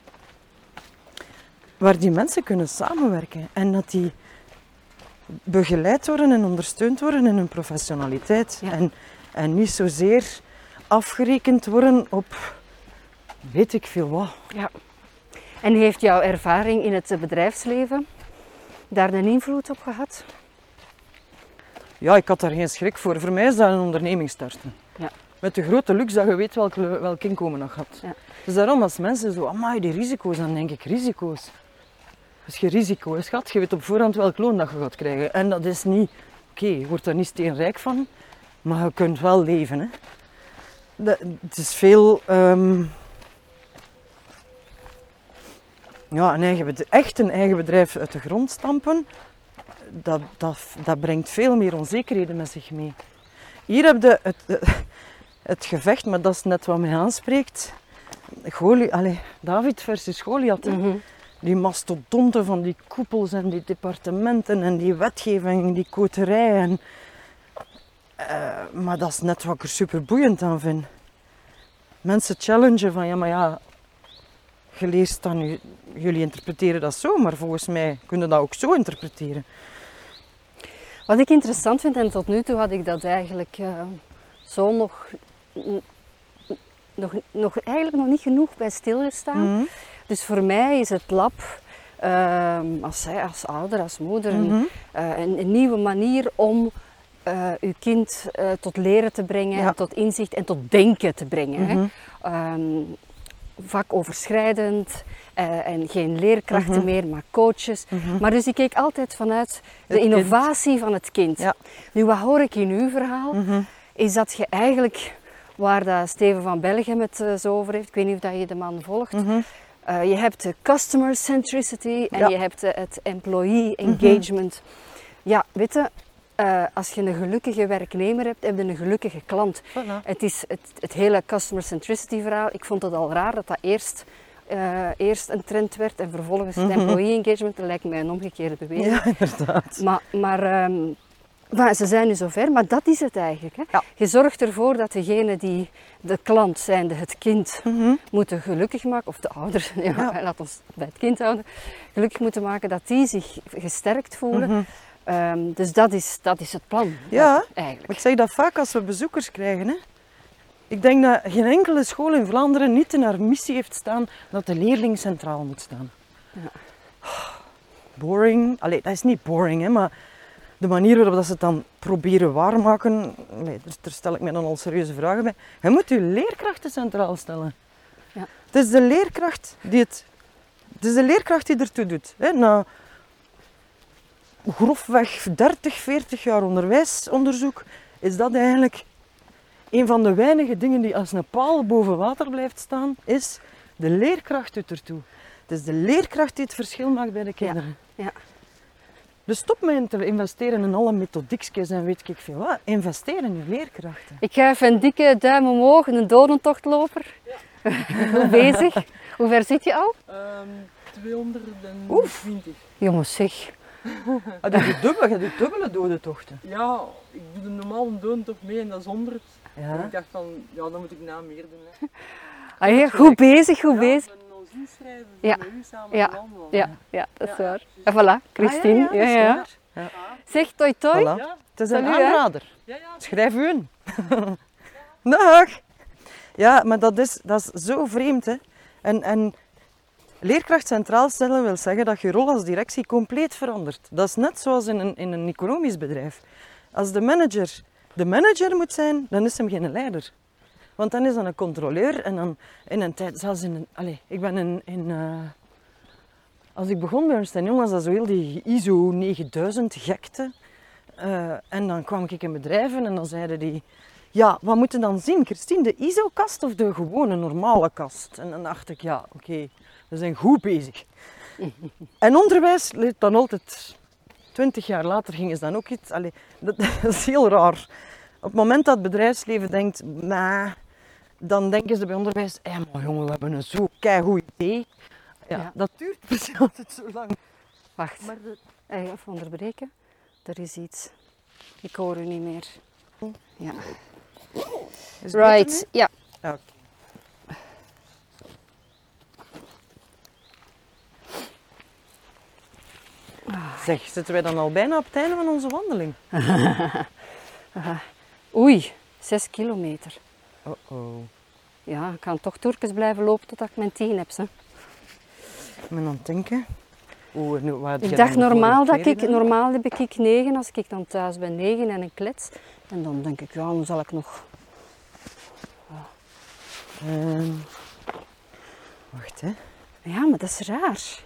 waar die mensen kunnen samenwerken. En dat die begeleid worden en ondersteund worden in hun professionaliteit. Ja. En, en niet zozeer afgerekend worden op weet ik veel wat. Ja. En heeft jouw ervaring in het bedrijfsleven daar een invloed op gehad? Ja, ik had daar geen schrik voor. Voor mij is dat een onderneming starten. Ja. Met de grote luxe dat je weet welk, welk inkomen dat gaat. Ja. Dus daarom als mensen zo, amai, die risico's, dan denk ik risico's. Als je risico is gehad, je weet op voorhand welk loon dat je gaat krijgen. En dat is niet, oké, okay, je wordt er niet steenrijk van, maar je kunt wel leven. Hè. Dat, het is veel, um, ja, een eigen bedrijf, echt een eigen bedrijf uit de grond stampen. Dat, dat, dat brengt veel meer onzekerheden met zich mee. Hier heb je het, het, het gevecht, maar dat is net wat mij aanspreekt. Goli, allez, David versus Goliath. Mm-hmm. Die mastodonten van die koepels en die departementen en die wetgeving, die koterij. En, uh, maar dat is net wat ik er super boeiend aan vind. Mensen challengen van, ja maar ja, je leest dan nu, jullie interpreteren dat zo, maar volgens mij kunnen dat ook zo interpreteren. Wat ik interessant vind, en tot nu toe had ik dat eigenlijk uh, zo nog, nog, nog, eigenlijk nog niet genoeg bij stilgestaan. Mm-hmm. Dus voor mij is het lab, uh, als, als ouder, als moeder, mm-hmm. een, uh, een, een nieuwe manier om uh, uw kind uh, tot leren te brengen, ja. tot inzicht en tot denken te brengen. Mm-hmm. Hè. Um, vakoverschrijdend uh, en geen leerkrachten mm-hmm. meer, maar coaches. Mm-hmm. Maar dus ik keek altijd vanuit de het innovatie kind. van het kind. Ja. Nu, wat hoor ik in uw verhaal, mm-hmm. is dat je eigenlijk waar dat Steven van Bellegem het uh, zo over heeft. Ik weet niet of dat je de man volgt. Mm-hmm. Uh, je hebt de customer centricity en Ja. je hebt uh, het employee engagement. Mm-hmm. Ja, weet je, uh, als je een gelukkige werknemer hebt, heb je een gelukkige klant. Voilà. Het is het, het hele customer centricity verhaal. Ik vond het al raar dat dat eerst, uh, eerst een trend werd en vervolgens het Mm-hmm. employee engagement. Dat lijkt mij een omgekeerde beweging. Ja, inderdaad. Maar, maar um, enfin, ze zijn nu zover, maar dat is het eigenlijk. Hè. Ja. Je zorgt ervoor dat degene die de klant, zijnde het kind, Mm-hmm. moeten gelukkig maken, of de ouders, ja, Ja. laat ons bij het kind houden, gelukkig moeten maken dat die zich gesterkt voelen. Mm-hmm. Um, dus dat is, dat is het plan. Ja, eigenlijk. ik zeg dat vaak als we bezoekers krijgen. Hè. Ik denk dat geen enkele school in Vlaanderen niet in haar missie heeft staan dat de leerling centraal moet staan. Ja. Boring. Allee, dat is niet boring, hè, maar de manier waarop dat ze het dan proberen waarmaken, allee, daar, daar stel ik me dan al serieuze vragen bij. Je moet je leerkrachten centraal stellen. Ja. Het is de leerkracht die het, het is de leerkracht die ertoe doet. Hè. Na grofweg dertig, veertig jaar onderwijsonderzoek is dat eigenlijk een van de weinige dingen die als een paal boven water blijft staan, is de leerkracht doet ertoe. Het is de leerkracht die het verschil maakt bij de kinderen. Ja. Dus stop met te investeren in alle methodiekjes en weet ik veel wat. Investeer in je leerkrachten. Ik ga even een dikke duim omhoog, een dodentochtloper. Ja. Goed bezig. Hoe ver zit je al? Um, tweehonderdtwintig. Oef. Jongens, zeg. Ah, je doet dubbele, je doet dubbele dodentochten. Ja, ik doe de normale dodentocht mee en dat is honderd. Ja. En ik dacht van, ja, dan moet ik na meer doen. Hè. Ah, ja, goed bezig, goed Ja, bezig. ik ben ons inschrijven Ja. voor met u samen Ja. te wandelen. Ja, ja, dat is Ja. waar. En voilà, Christine. Ah, ja, ja, dat is waar. Ja. Zeg, toi toi. Voilà. Ja, Het is een Salut, hè. aanrader. ja, ja. Schrijf u in. Dag. Ja, maar dat is, dat is zo vreemd. Hè. En, en leerkracht centraal stellen wil zeggen dat je rol als directie compleet verandert. Dat is net zoals in een, in een economisch bedrijf. Als de manager de manager moet zijn, dan is hem geen leider. Want dan is dat een controleur en dan in een tijd, zelfs in een, allez, ik ben in, in uh, als ik begon bij Ernst en Young was dat zo heel die I S O negenduizend gekte. Uh, en dan kwam ik in bedrijven en dan zeiden die, ja, wat moet je dan zien, Christine, de I S O-kast of de gewone normale kast? En dan dacht ik, ja, oké, okay, we zijn goed bezig. En onderwijs leert dan altijd, twintig jaar later gingen ze dan ook iets, allee, dat, dat is heel raar. Op het moment dat het bedrijfsleven denkt, nah, dan denken ze bij onderwijs, hé, maar jongen, we hebben een zo keigoed idee. Ja, Ja. dat duurt precies altijd zo lang. Wacht, Maar de, eh, even onderbreken. Er is iets. Ik hoor u niet meer. Ja. is het Right, beter ja. nu? Ja, oké. Zeg, zitten wij dan al bijna op het einde van onze wandeling? Oei, zes kilometer. Oh oh. Ja, ik kan toch toertjes blijven lopen totdat ik mijn tien heb. Hè. Ik ben aan het denken. Oeh, nu, wat heb Ik jij dacht dan de normaal, vorige dat keer ik, gedaan? normaal heb ik negen als ik dan thuis ben, negen en een klets. En dan denk ik, ja, dan zal ik nog... Ehm, wacht, hè. Ja, maar dat is raar.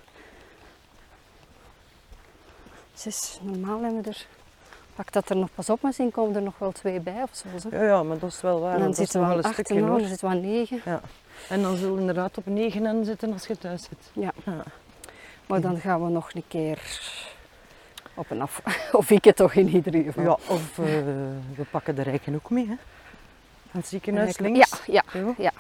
Zes, normaal hebben we er... Pak dat er nog pas op, misschien komen er nog wel twee bij of zo. Hè. Ja, ja, maar dat is wel waar. En dan dat is zitten we nog aan wel een acht en stukje, dan hoor. zitten we aan negen. Ja. En dan zullen we inderdaad op negen en zitten als je thuis zit. Ja. Ja. Maar dan gaan we nog een keer op en af. Of ik het toch in ieder geval. Ja, of uh, we pakken de rijken ook mee, hè. Van het ziekenhuis Ja, links. ja. Zo. ja.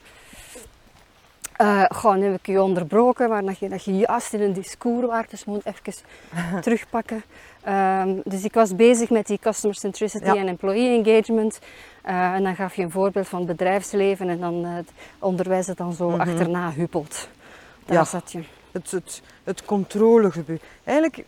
Uh, gewoon heb ik je onderbroken, maar dat je, dat je juist in een discours waart, dus moet even terugpakken. Um, dus ik was bezig met die customer centricity Ja. en employee engagement. Uh, en dan gaf je een voorbeeld van het bedrijfsleven en dan uh, het onderwijs dat dan zo Mhm. achterna huppelt. Daar Ja. zat je. Het, het, het controlegebeuren. Eigenlijk,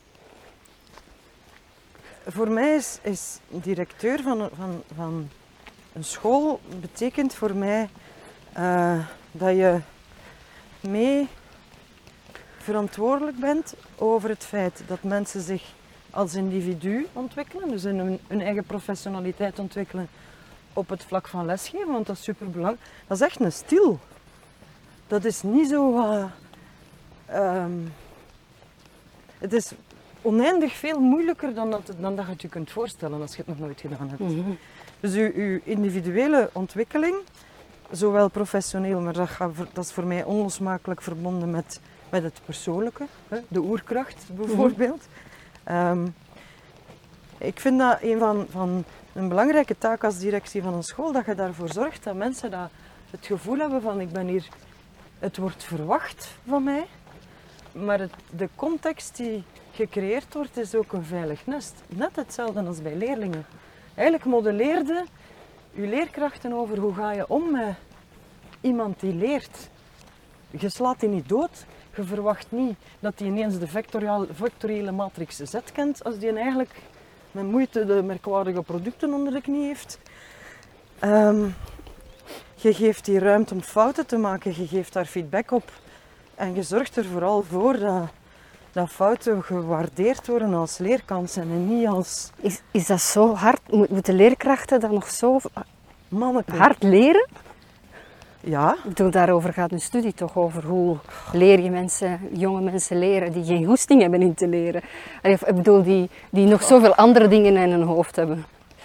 voor mij is, is directeur van, een- van, van een school betekent voor mij uh, dat je mee verantwoordelijk bent over het feit dat mensen zich als individu ontwikkelen, dus in hun, hun eigen professionaliteit ontwikkelen op het vlak van lesgeven, want dat is superbelangrijk. Dat is echt een stil. Dat is niet zo... Uh, um, het is oneindig veel moeilijker dan dat, dan dat je het je kunt voorstellen als je het nog nooit gedaan hebt. Mhm. Dus je, je individuele ontwikkeling, zowel professioneel, maar dat, gaat, voor- dat is voor mij onlosmakelijk verbonden met, met het persoonlijke, hè, de oerkracht bijvoorbeeld. Ehm, ik vind dat een van, van een belangrijke taak als directie van een school, dat je daarvoor zorgt dat mensen dat het gevoel hebben van ik ben hier, het wordt verwacht van mij, maar het, de context die gecreëerd wordt is ook een veilig nest. Net hetzelfde als bij leerlingen. Eigenlijk modelleerde je leerkrachten over hoe ga je om met iemand die leert. Je slaat die niet dood. Je verwacht niet dat hij ineens de vectoriale, vectoriële matrix Z kent als die eigenlijk met moeite de merkwaardige producten onder de knie heeft. Ehm, je geeft die ruimte om fouten te maken, je geeft daar feedback op. En je zorgt er vooral voor dat, dat fouten gewaardeerd worden als leerkansen en niet als Is, is dat zo hard? Mo- Moeten leerkrachten dat nog zo manneke. hard leren? Ja, Ik bedoel, daarover gaat een studie toch over hoe leer je mensen, jonge mensen leren die geen goesting hebben in te leren. Allee, of, ik bedoel, die, die nog zoveel andere dingen in hun hoofd hebben.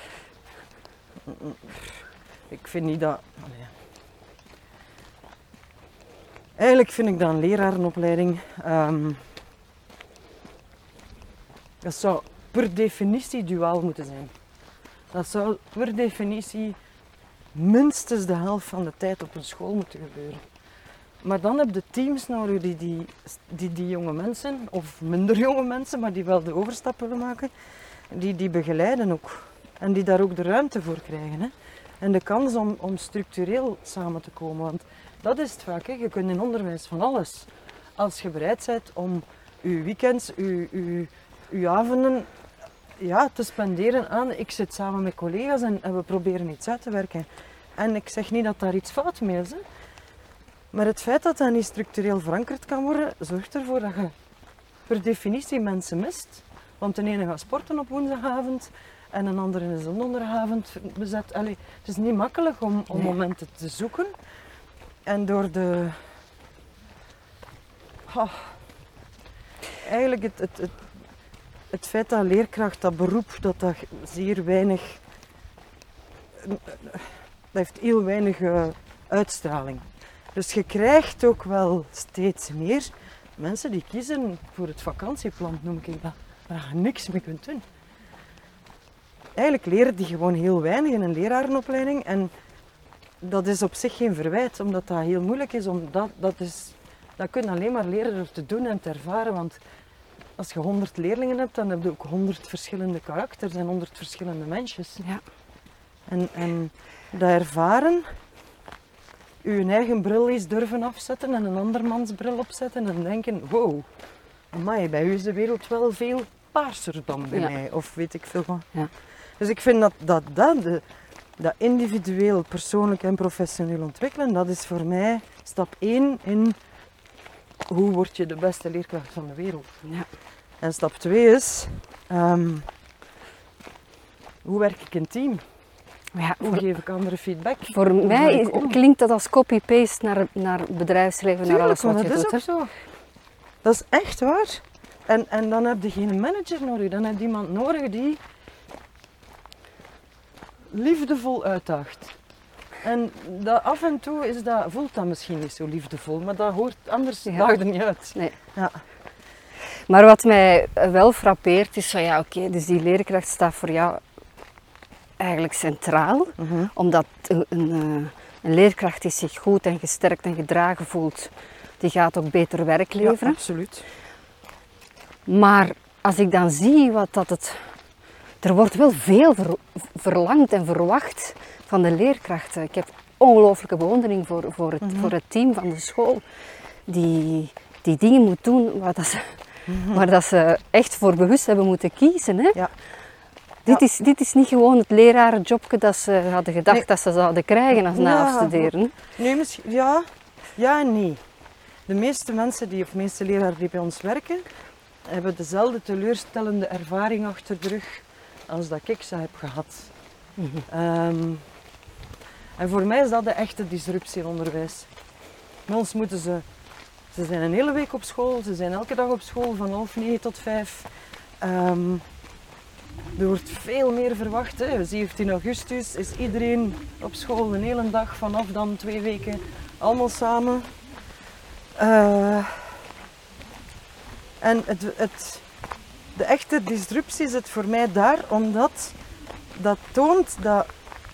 ik vind niet dat... Allee. Eigenlijk vind ik dat een lerarenopleiding... ehm, dat zou per definitie duaal moeten zijn. Dat zou per definitie minstens de helft van de tijd op een school moeten gebeuren. Maar dan heb je teams nodig die die, die die jonge mensen, of minder jonge mensen, maar die wel de overstap willen maken, die die begeleiden ook. En die daar ook de ruimte voor krijgen. Hè. En de kans om, om structureel samen te komen. Want dat is het vaak. Hè. Je kunt in onderwijs van alles. Als je bereid bent om je weekends, je, je, je avonden ja, te spenderen aan ik zit samen met collega's en, en we proberen iets uit te werken. En ik zeg niet dat daar iets fout mee is. Hè. Maar het feit dat dat niet structureel verankerd kan worden, zorgt ervoor dat je per definitie mensen mist. Want de ene gaat sporten op woensdagavond en een andere is een donderdagavond bezet. Allee, het is niet makkelijk om, om Nee. momenten te zoeken. En door de... Ah, eigenlijk het, het, het, het feit dat leerkracht, dat beroep, dat dat zeer weinig... Dat heeft heel weinig uh, uitstraling. Dus je krijgt ook wel steeds meer mensen die kiezen voor het vakantieplan, noem ik dat, waar je niks mee kunt doen. Eigenlijk leren die gewoon heel weinig in een lerarenopleiding en dat is op zich geen verwijt, omdat dat heel moeilijk is. Omdat, dat, is dat kun je alleen maar leren door te doen en te ervaren, want als je honderd leerlingen hebt, dan heb je ook honderd verschillende karakters en honderd verschillende mensjes. Ja. En, en dat ervaren, je eigen bril eens durven afzetten en een andermans bril opzetten en denken, wow, amai, bij u is de wereld wel veel paarser dan bij Ja. mij, of weet ik veel wat. Ja. Dus ik vind dat dat, dat, de, dat individueel, persoonlijk en professioneel ontwikkelen, dat is voor mij stap één in hoe word je de beste leerkracht van de wereld. Ja. En stap twee is, ehm, hoe werk ik in team? Ja, Hoe voor, geef ik andere feedback? voor Hoe mij ga ik is- om? klinkt dat als copy-paste naar, naar het bedrijfsleven, naar alles Tuurlijk, wat maar je dat doet. is hè. ook zo. Dat is echt waar. En, en dan heb je geen manager nodig, dan heb je iemand nodig die liefdevol uitdaagt. En dat af en toe is dat, voelt dat misschien niet zo liefdevol, maar dat hoort anders Ja. daagt er niet uit. Nee. Ja. Maar wat mij wel frappeert is van ja, oké, dus die leerkracht staat voor jou eigenlijk centraal. Mhm. Omdat een, een, eh, een leerkracht die zich goed en gesterkt en gedragen voelt, die gaat ook beter werk Ja, leveren. absoluut. Maar als ik dan zie wat dat het... Er wordt wel veel ver- verlangd en verwacht van de leerkrachten. Ik heb ongelooflijke bewondering voor, voor, het, Mhm. voor het team van de school. Die, die dingen moet doen waar, dat ze, waar dat ze echt voor bewust hebben moeten kiezen. Hè? Ja. Dit, Ja. is, dit is niet gewoon het lerarenjobje dat ze hadden gedacht Nee. dat ze zouden krijgen als na Ja, afstuderen. Nee, misschien, ja, ja en nee. De meeste mensen, die, of de meeste leraren die bij ons werken, hebben dezelfde teleurstellende ervaring achter de rug als dat ik ze heb gehad. Ehm, en voor mij is dat de echte disruptie in onderwijs. Bij ons moeten ze, ze zijn een hele week op school, ze zijn elke dag op school van half negen tot vijf. Um, er wordt veel meer verwacht. Hè. zeventien augustus is iedereen op school een hele dag, vanaf dan twee weken allemaal samen. Uh, en het, het, de echte disruptie zit voor mij daar, omdat dat toont dat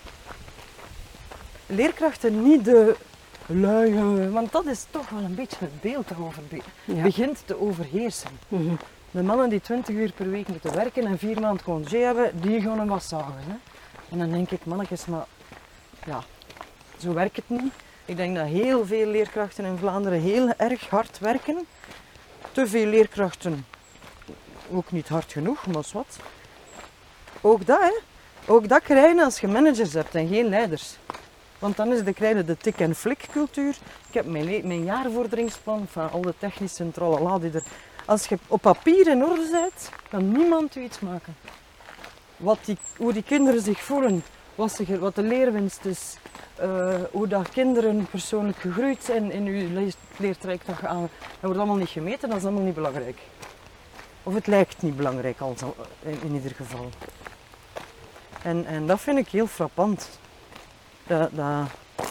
leerkrachten niet de luie, want dat is toch wel een beetje het beeld dat over ja. begint te overheersen. Mm-hmm. De mannen die twintig uur per week moeten werken en vier maanden congé hebben, die gaan een was zagen. Hè? En dan denk ik, mannetjes, maar ja, zo werkt het niet. Ik denk dat heel veel leerkrachten in Vlaanderen heel erg hard werken. Te veel leerkrachten, ook niet hard genoeg, maar wat. Ook dat, hè. Ook dat krijg je als je managers hebt en geen leiders. Want dan is de, krijg je de tik- en flik-cultuur. Ik heb mijn, le- mijn jaarvorderingsplan van al de technische tralala die er... Als je op papier in orde bent, kan niemand u iets maken. Wat die, hoe die kinderen zich voelen, wat, ze, wat de leerwinst is, uh, hoe dat kinderen persoonlijk gegroeid zijn in uw leertraject aan, dat wordt allemaal niet gemeten, dat is allemaal niet belangrijk. Of het lijkt niet belangrijk, al, in, in ieder geval. En, en dat vind ik heel frappant. Dat, dat,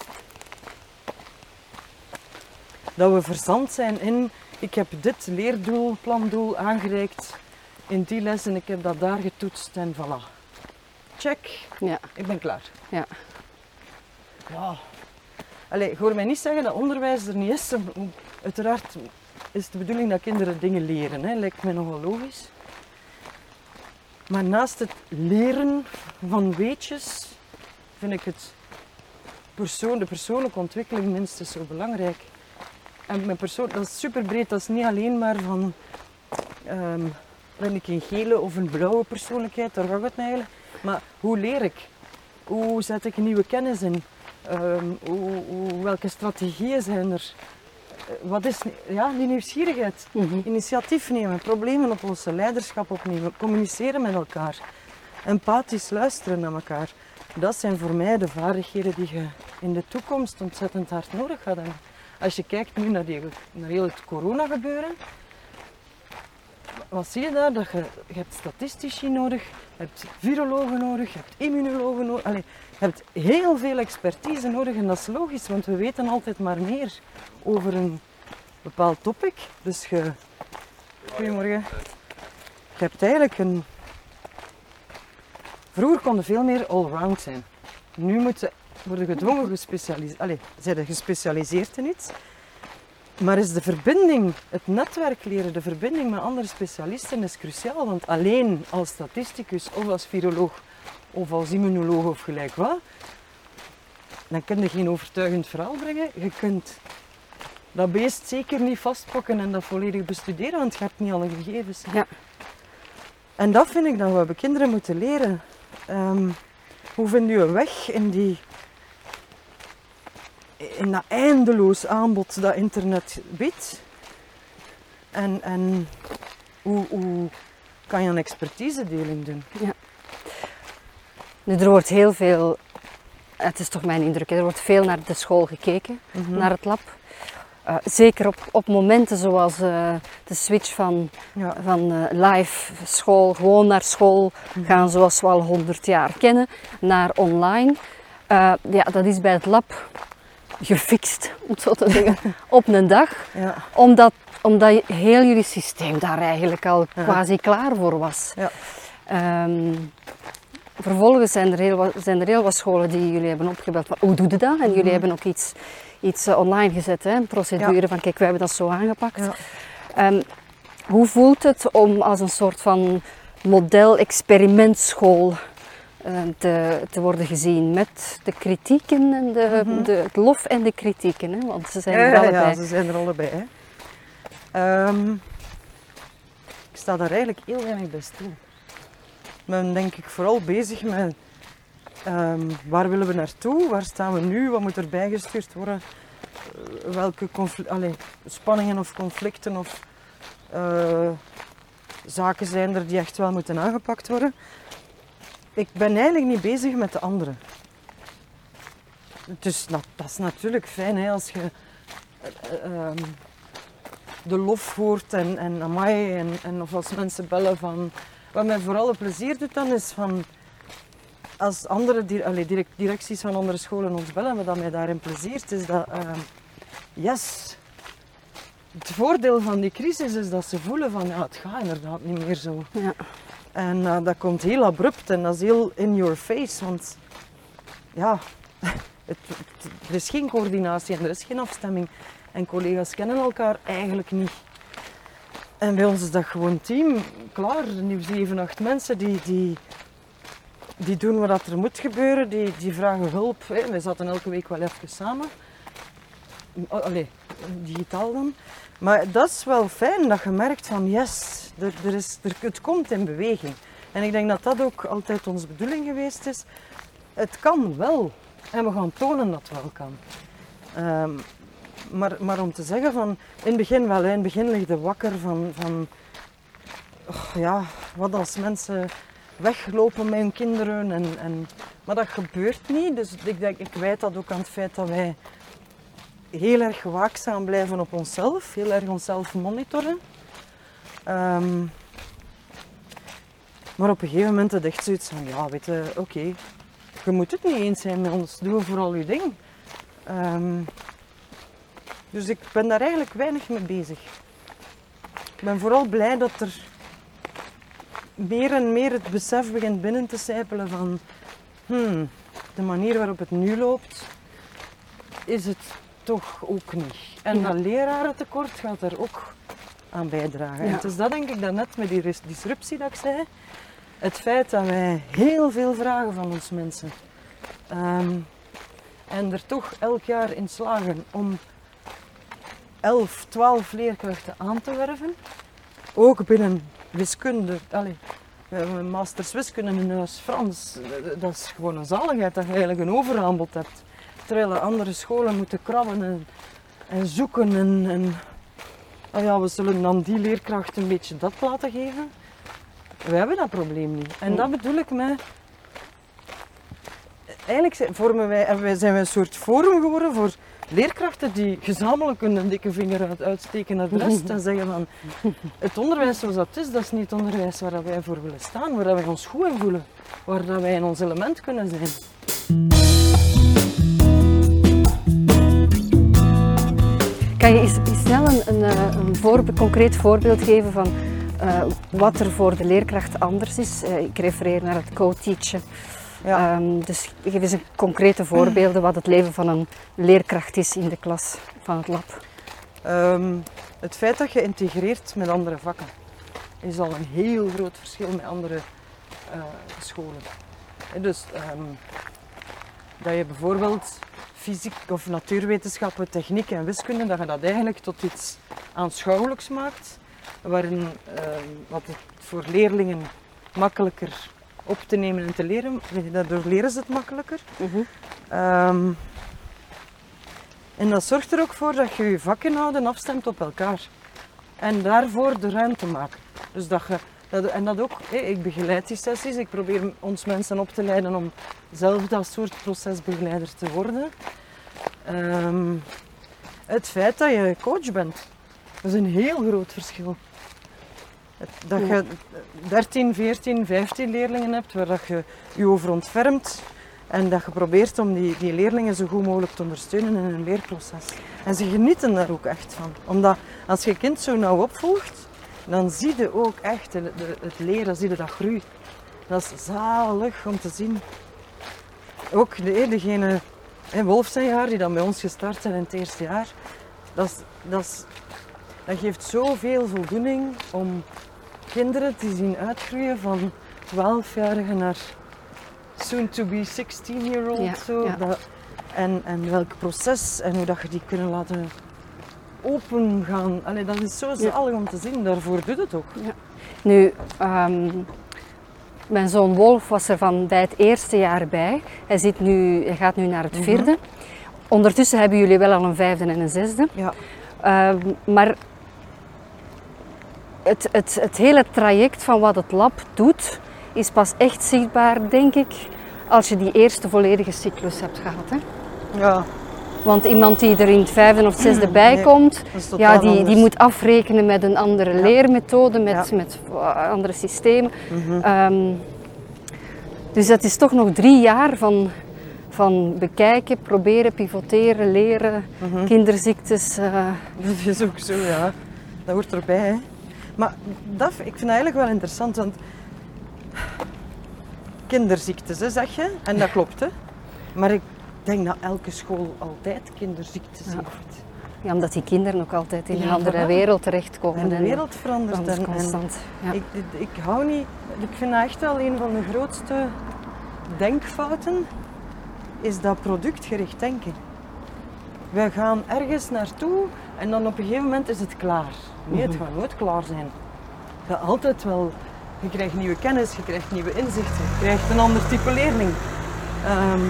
dat we verzand zijn in, ik heb dit leerdoel, plandoel aangereikt in die les en ik heb dat daar getoetst en voilà. Check, ja. Ik ben klaar. Ja. Ja. Allee, hoor mij niet zeggen dat onderwijs er niet is. Uiteraard is de bedoeling dat kinderen dingen leren, hè. Lijkt mij nogal logisch. Maar naast het leren van weetjes vind ik het persoon, de persoonlijke ontwikkeling minstens zo belangrijk. En mijn persoon, dat is super breed, dat is niet alleen maar van um, ben ik een gele of een blauwe persoonlijkheid, daar gaat het eigenlijk. Maar hoe leer ik? Hoe zet ik nieuwe kennis in? Um, hoe, hoe, welke strategieën zijn er? Wat is ja, die nieuwsgierigheid? Mm-hmm. Initiatief nemen, problemen oplossen, leiderschap opnemen, communiceren met elkaar. Empathisch luisteren naar elkaar. Dat zijn voor mij de vaardigheden die je in de toekomst ontzettend hard nodig gaat hebben. Als je kijkt nu naar, die, naar heel het corona gebeuren, wat zie je daar? Dat je, je hebt statistici nodig, je hebt virologen nodig, je hebt immunologen nodig. Allee, je hebt heel veel expertise nodig en dat is logisch, want we weten altijd maar meer over een bepaald topic. Dus je, goedemorgen, je hebt eigenlijk een... Vroeger konden veel meer allround zijn. Nu moeten worden gedwongen gespecialiseerd. Allee, zijn er gespecialiseerd in iets. Maar is de verbinding, het netwerk leren, de verbinding met andere specialisten is cruciaal. Want alleen als statisticus of als viroloog of als immunoloog of gelijk wat, dan kun je geen overtuigend verhaal brengen. Je kunt dat beest zeker niet vastpakken en dat volledig bestuderen, want je hebt niet alle gegevens. Ja. En dat vind ik dat we bij kinderen moeten leren. Um, hoe vind je een weg in die... in dat eindeloos aanbod dat internet biedt. En, en hoe, hoe kan je een expertisedeling doen? Ja. Nu, er wordt heel veel, het is toch mijn indruk, er wordt veel naar de school gekeken, mm-hmm. naar het lab. Uh, zeker op, op momenten zoals uh, de switch van, ja. van uh, live school, gewoon naar school mm-hmm. gaan zoals we al honderd jaar kennen, naar online. Uh, ja, dat is bij het lab gefixt, om het zo te zeggen, op een dag. Ja. Omdat, omdat heel jullie systeem daar eigenlijk al ja. quasi klaar voor was. Ja. Um, vervolgens zijn er, heel wat, zijn er heel wat scholen die jullie hebben opgebeld. Van, hoe doe je dat? En jullie mm-hmm. hebben ook iets, iets uh, online gezet, hè? Een procedure ja. van kijk, wij hebben dat zo aangepakt. Ja. Um, hoe voelt het om als een soort van model-experimentschool Te, te worden gezien met de kritieken en de, mm-hmm. de, het lof en de kritieken, hè? Want ze zijn er ja, allebei. Ja, ze zijn er allebei. Hè. Um, ik sta daar eigenlijk heel weinig bij stil. Ik ben denk ik vooral bezig met um, waar willen we naartoe, waar staan we nu, wat moet er bijgestuurd worden, uh, welke confl- allez, spanningen of conflicten of uh, zaken zijn er die echt wel moeten aangepakt worden. Ik ben eigenlijk niet bezig met de anderen. Dus dat, dat is natuurlijk fijn hè, als je uh, uh, de lof hoort en, en amai, en, en of als mensen bellen van... Wat mij vooral een plezier doet dan is van... Als andere di- allee, direct, directies van andere scholen ons bellen, wat dat mij daarin pleziert, is dat... Uh, yes... Het voordeel van die crisis is dat ze voelen van, ja, het gaat inderdaad niet meer zo. Ja. En uh, dat komt heel abrupt en dat is heel in your face, want ja, het, het, er is geen coördinatie en er is geen afstemming. En collega's kennen elkaar eigenlijk niet. En bij ons is dat gewoon team, klaar, nu zeven, acht mensen die, die, die doen wat er moet gebeuren, die, die vragen hulp. Hè. Wij zaten elke week wel even samen. Allee, digitaal dan. Maar dat is wel fijn dat je merkt van yes, er, er is, er, het komt in beweging. En ik denk dat dat ook altijd onze bedoeling geweest is. Het kan wel. En we gaan tonen dat het wel kan. Um, maar, maar om te zeggen van, in het begin wel, in het begin ligt je wakker van, van oh, ja, wat als mensen weglopen met hun kinderen. En, en, maar dat gebeurt niet. Dus ik denk, ik wijt dat ook aan het feit dat wij heel erg waakzaam blijven op onszelf, heel erg onszelf monitoren. Um, maar op een gegeven moment is het echt zoiets van, ja, weet je, oké, okay, je moet het niet eens zijn met ons, doe vooral je ding. Um, dus ik ben daar eigenlijk weinig mee bezig. Ik ben vooral blij dat er meer en meer het besef begint binnen te sijpelen van, hmm, de manier waarop het nu loopt, is het toch ook niet. En dat lerarentekort gaat er ook aan bijdragen. Ja. En het is dat denk ik dat net met die disruptie dat ik zei. Het feit dat wij heel veel vragen van ons mensen. Um, en er toch elk jaar in slagen om elf, twaalf leerkrachten aan te werven. Ook binnen wiskunde. Allez, we hebben een masters wiskunde in huis Frans. Dat is gewoon een zaligheid dat je eigenlijk een overaanbod hebt. Terwijl andere scholen moeten krabben en, en zoeken. En, en oh ja, we zullen dan die leerkracht een beetje dat laten geven. We hebben dat probleem niet. En dat bedoel ik met... Eigenlijk vormen wij, zijn wij een soort forum geworden voor leerkrachten die gezamenlijk een dikke vinger uit, uitsteken naar de rest en zeggen van het onderwijs zoals dat is, dat is niet het onderwijs waar wij voor willen staan, waar wij ons goed in voelen, waar dat wij in ons element kunnen zijn. Kan je eens, eens snel een, een, een voorbe- concreet voorbeeld geven van uh, wat er voor de leerkracht anders is? Uh, ik refereer naar het co-teachen. Ja. Um, dus geef eens een concrete voorbeelden wat het leven van een leerkracht is in de klas van het lab. Um, het feit dat je integreert met andere vakken is al een heel groot verschil met andere uh, scholen. En dus um, dat je bijvoorbeeld fysiek of natuurwetenschappen, techniek en wiskunde, dat je dat eigenlijk tot iets aanschouwelijks maakt, waarin uh, wat het voor leerlingen makkelijker op te nemen en te leren, daardoor leren ze het makkelijker. Uh-huh. Um, en dat zorgt er ook voor dat je je vakinhouden afstemt op elkaar. En daarvoor de ruimte maken. Dus dat je, dat, en dat ook, hé, ik begeleid die sessies, ik probeer ons mensen op te leiden om zelf dat soort procesbegeleider te worden. Um, het feit dat je coach bent, dat is een heel groot verschil. Dat je dertien, veertien, vijftien leerlingen hebt waar dat je je over ontfermt en dat je probeert om die, die leerlingen zo goed mogelijk te ondersteunen in hun leerproces. En ze genieten daar ook echt van. Omdat als je kind zo nauw opvolgt, dan zie je ook echt de, de, het leren, zie je dat groeit. Dat is zalig om te zien. Ook de, degene, hè, Wolf zijn jaar, die dan bij ons gestart zijn in het eerste jaar, dat, is, dat, is, dat geeft zoveel voldoening om kinderen te zien uitgroeien van twaalfjarigen naar soon to be sixteen-year-old. Ja, zo. ja. Dat, en, en welk proces en hoe dat je die kunnen laten open gaan. Allee, dat is zo zalig ja. om te zien, daarvoor doet het ook. Ja. Nu, um, mijn zoon Wolf was er van bij het eerste jaar bij. Hij, zit nu, hij gaat nu naar het vierde. Mm-hmm. Ondertussen hebben jullie wel al een vijfde en een zesde. Ja. Um, maar het, het, het hele traject van wat het lab doet, is pas echt zichtbaar, denk ik, als je die eerste volledige cyclus hebt gehad. Hè? Ja. Want iemand die er in het vijfde of zesde bij Nee, komt, Dat is ja, totaal die, die anders. moet afrekenen met een andere Ja. leermethode, met, Ja. met uh, andere systemen. Mhm. Ehm, dus dat is toch nog drie jaar van, van bekijken, proberen, pivoteren, leren, Mhm. kinderziektes. eh, Dat is ook zo, ja. Dat hoort erbij, hè. Maar dat, ik vind dat eigenlijk wel interessant, want kinderziektes, hè, zeg je, en dat klopt, hè. Maar ik denk dat elke school altijd kinderziektes Ja. heeft. ja, omdat die kinderen ook altijd in een Ja, andere voilà. wereld terechtkomen. En de wereld verandert. verandert En, en constant. Ja. ik, ik, ik hou niet... Ik vind dat echt wel een van de grootste denkfouten, is dat productgericht denken. We gaan ergens naartoe en dan op een gegeven moment is het klaar. Nee, het gaat nooit klaar zijn. Je gaat altijd wel... Je krijgt nieuwe kennis, je krijgt nieuwe inzichten, je krijgt een ander type leerling. Ehm,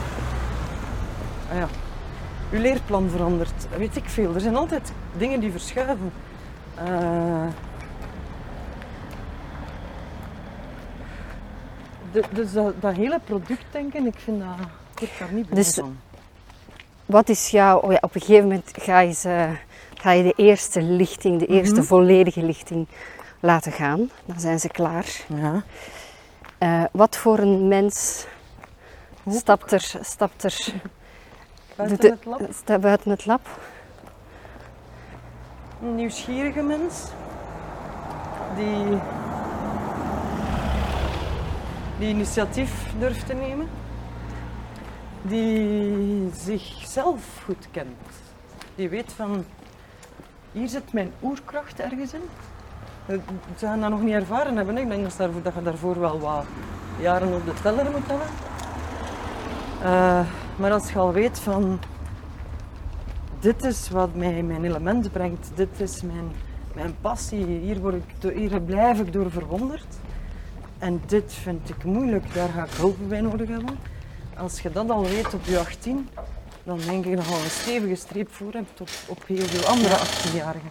ah ja. Je leerplan verandert, weet ik veel. Er zijn altijd dingen die verschuiven. Eh, de- dus dat, dat hele productdenken, ik vind dat... Ik word daar niet blij Dus- van. Wat is jouw... Oh ja, op een gegeven moment ga je, ze, ga je de eerste lichting, de eerste Mhm. volledige volledige lichting laten gaan. Dan zijn ze klaar. Ja. Eh, wat voor een mens stapt er, stapt er Buiten de- het lab. sta- buiten het lab? Een nieuwsgierige mens. Die... Die initiatief durft te nemen. Die zichzelf goed kent. Die weet van... Hier zit mijn oerkracht ergens in. Eh, Ze gaan dat nog niet ervaren hebben. Hè. Ik denk dat, daarvoor, dat je daarvoor wel wat jaren op de teller moet hebben. Eh, maar als je al weet van... Dit is wat mij mijn element brengt. Dit is mijn, mijn passie. Hier, word ik, do- hier blijf ik door verwonderd. En dit vind ik moeilijk. Daar ga ik hulp bij nodig hebben. Als je dat al weet op je achttien, dan denk ik dat je al een stevige streep voor hebt op, op heel veel andere achttienjarigen.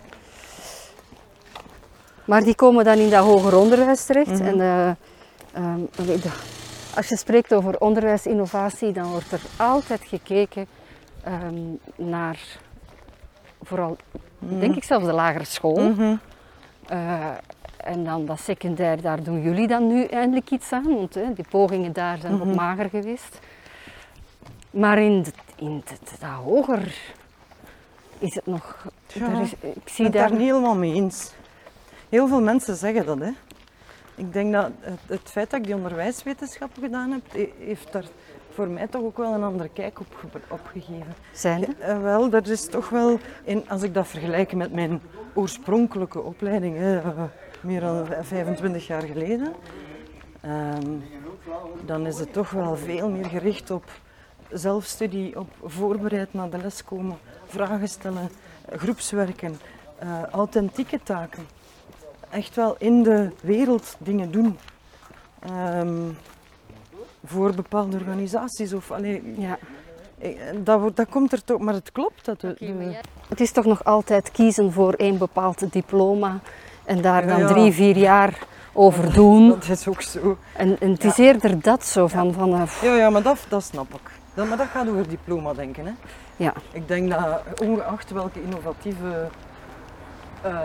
Maar die komen dan in dat hoger onderwijs terecht. Mhm. En, eh, ehm, allee, de- als je spreekt over onderwijsinnovatie, dan wordt er altijd gekeken ehm, naar vooral, denk ik zelfs de lagere school. Mhm. Eh, en dan dat secundair, daar doen jullie dan nu eindelijk iets aan, want hè, die pogingen daar zijn Mhm. wat mager geweest. Maar in, de, in de, dat hoger is het nog... Ja, er is, ik Ik zie ben het daar... daar niet helemaal mee eens. Heel veel mensen zeggen dat. Hè. Ik denk dat het, het feit dat ik die onderwijswetenschappen gedaan heb, he- heeft daar voor mij toch ook wel een andere kijk op, ge- op gegeven. Zijn er? Eh, wel, er is toch wel, in, als ik dat vergelijk met mijn oorspronkelijke opleiding, hè, eh, meer dan vijfentwintig jaar geleden, ehm, dan is het toch wel veel meer gericht op zelfstudie, op voorbereid naar de les komen, vragen stellen, eh, groepswerken, eh, authentieke taken. Echt wel in de wereld dingen doen. Ehm, voor bepaalde organisaties of allee, Ja. eh, dat, wordt- dat komt er toch, maar het klopt dat de, de- Het is toch nog altijd kiezen voor één bepaald diploma en daar dan Ja. drie, vier jaar over doen. dat is ook zo. En, en het is eerder dat zo van... van eh, Ja, ja, maar dat, dat snap ik. Dat, maar dat gaat over diploma denken. Hè. ja. Ik denk dat ongeacht welke innovatieve eh,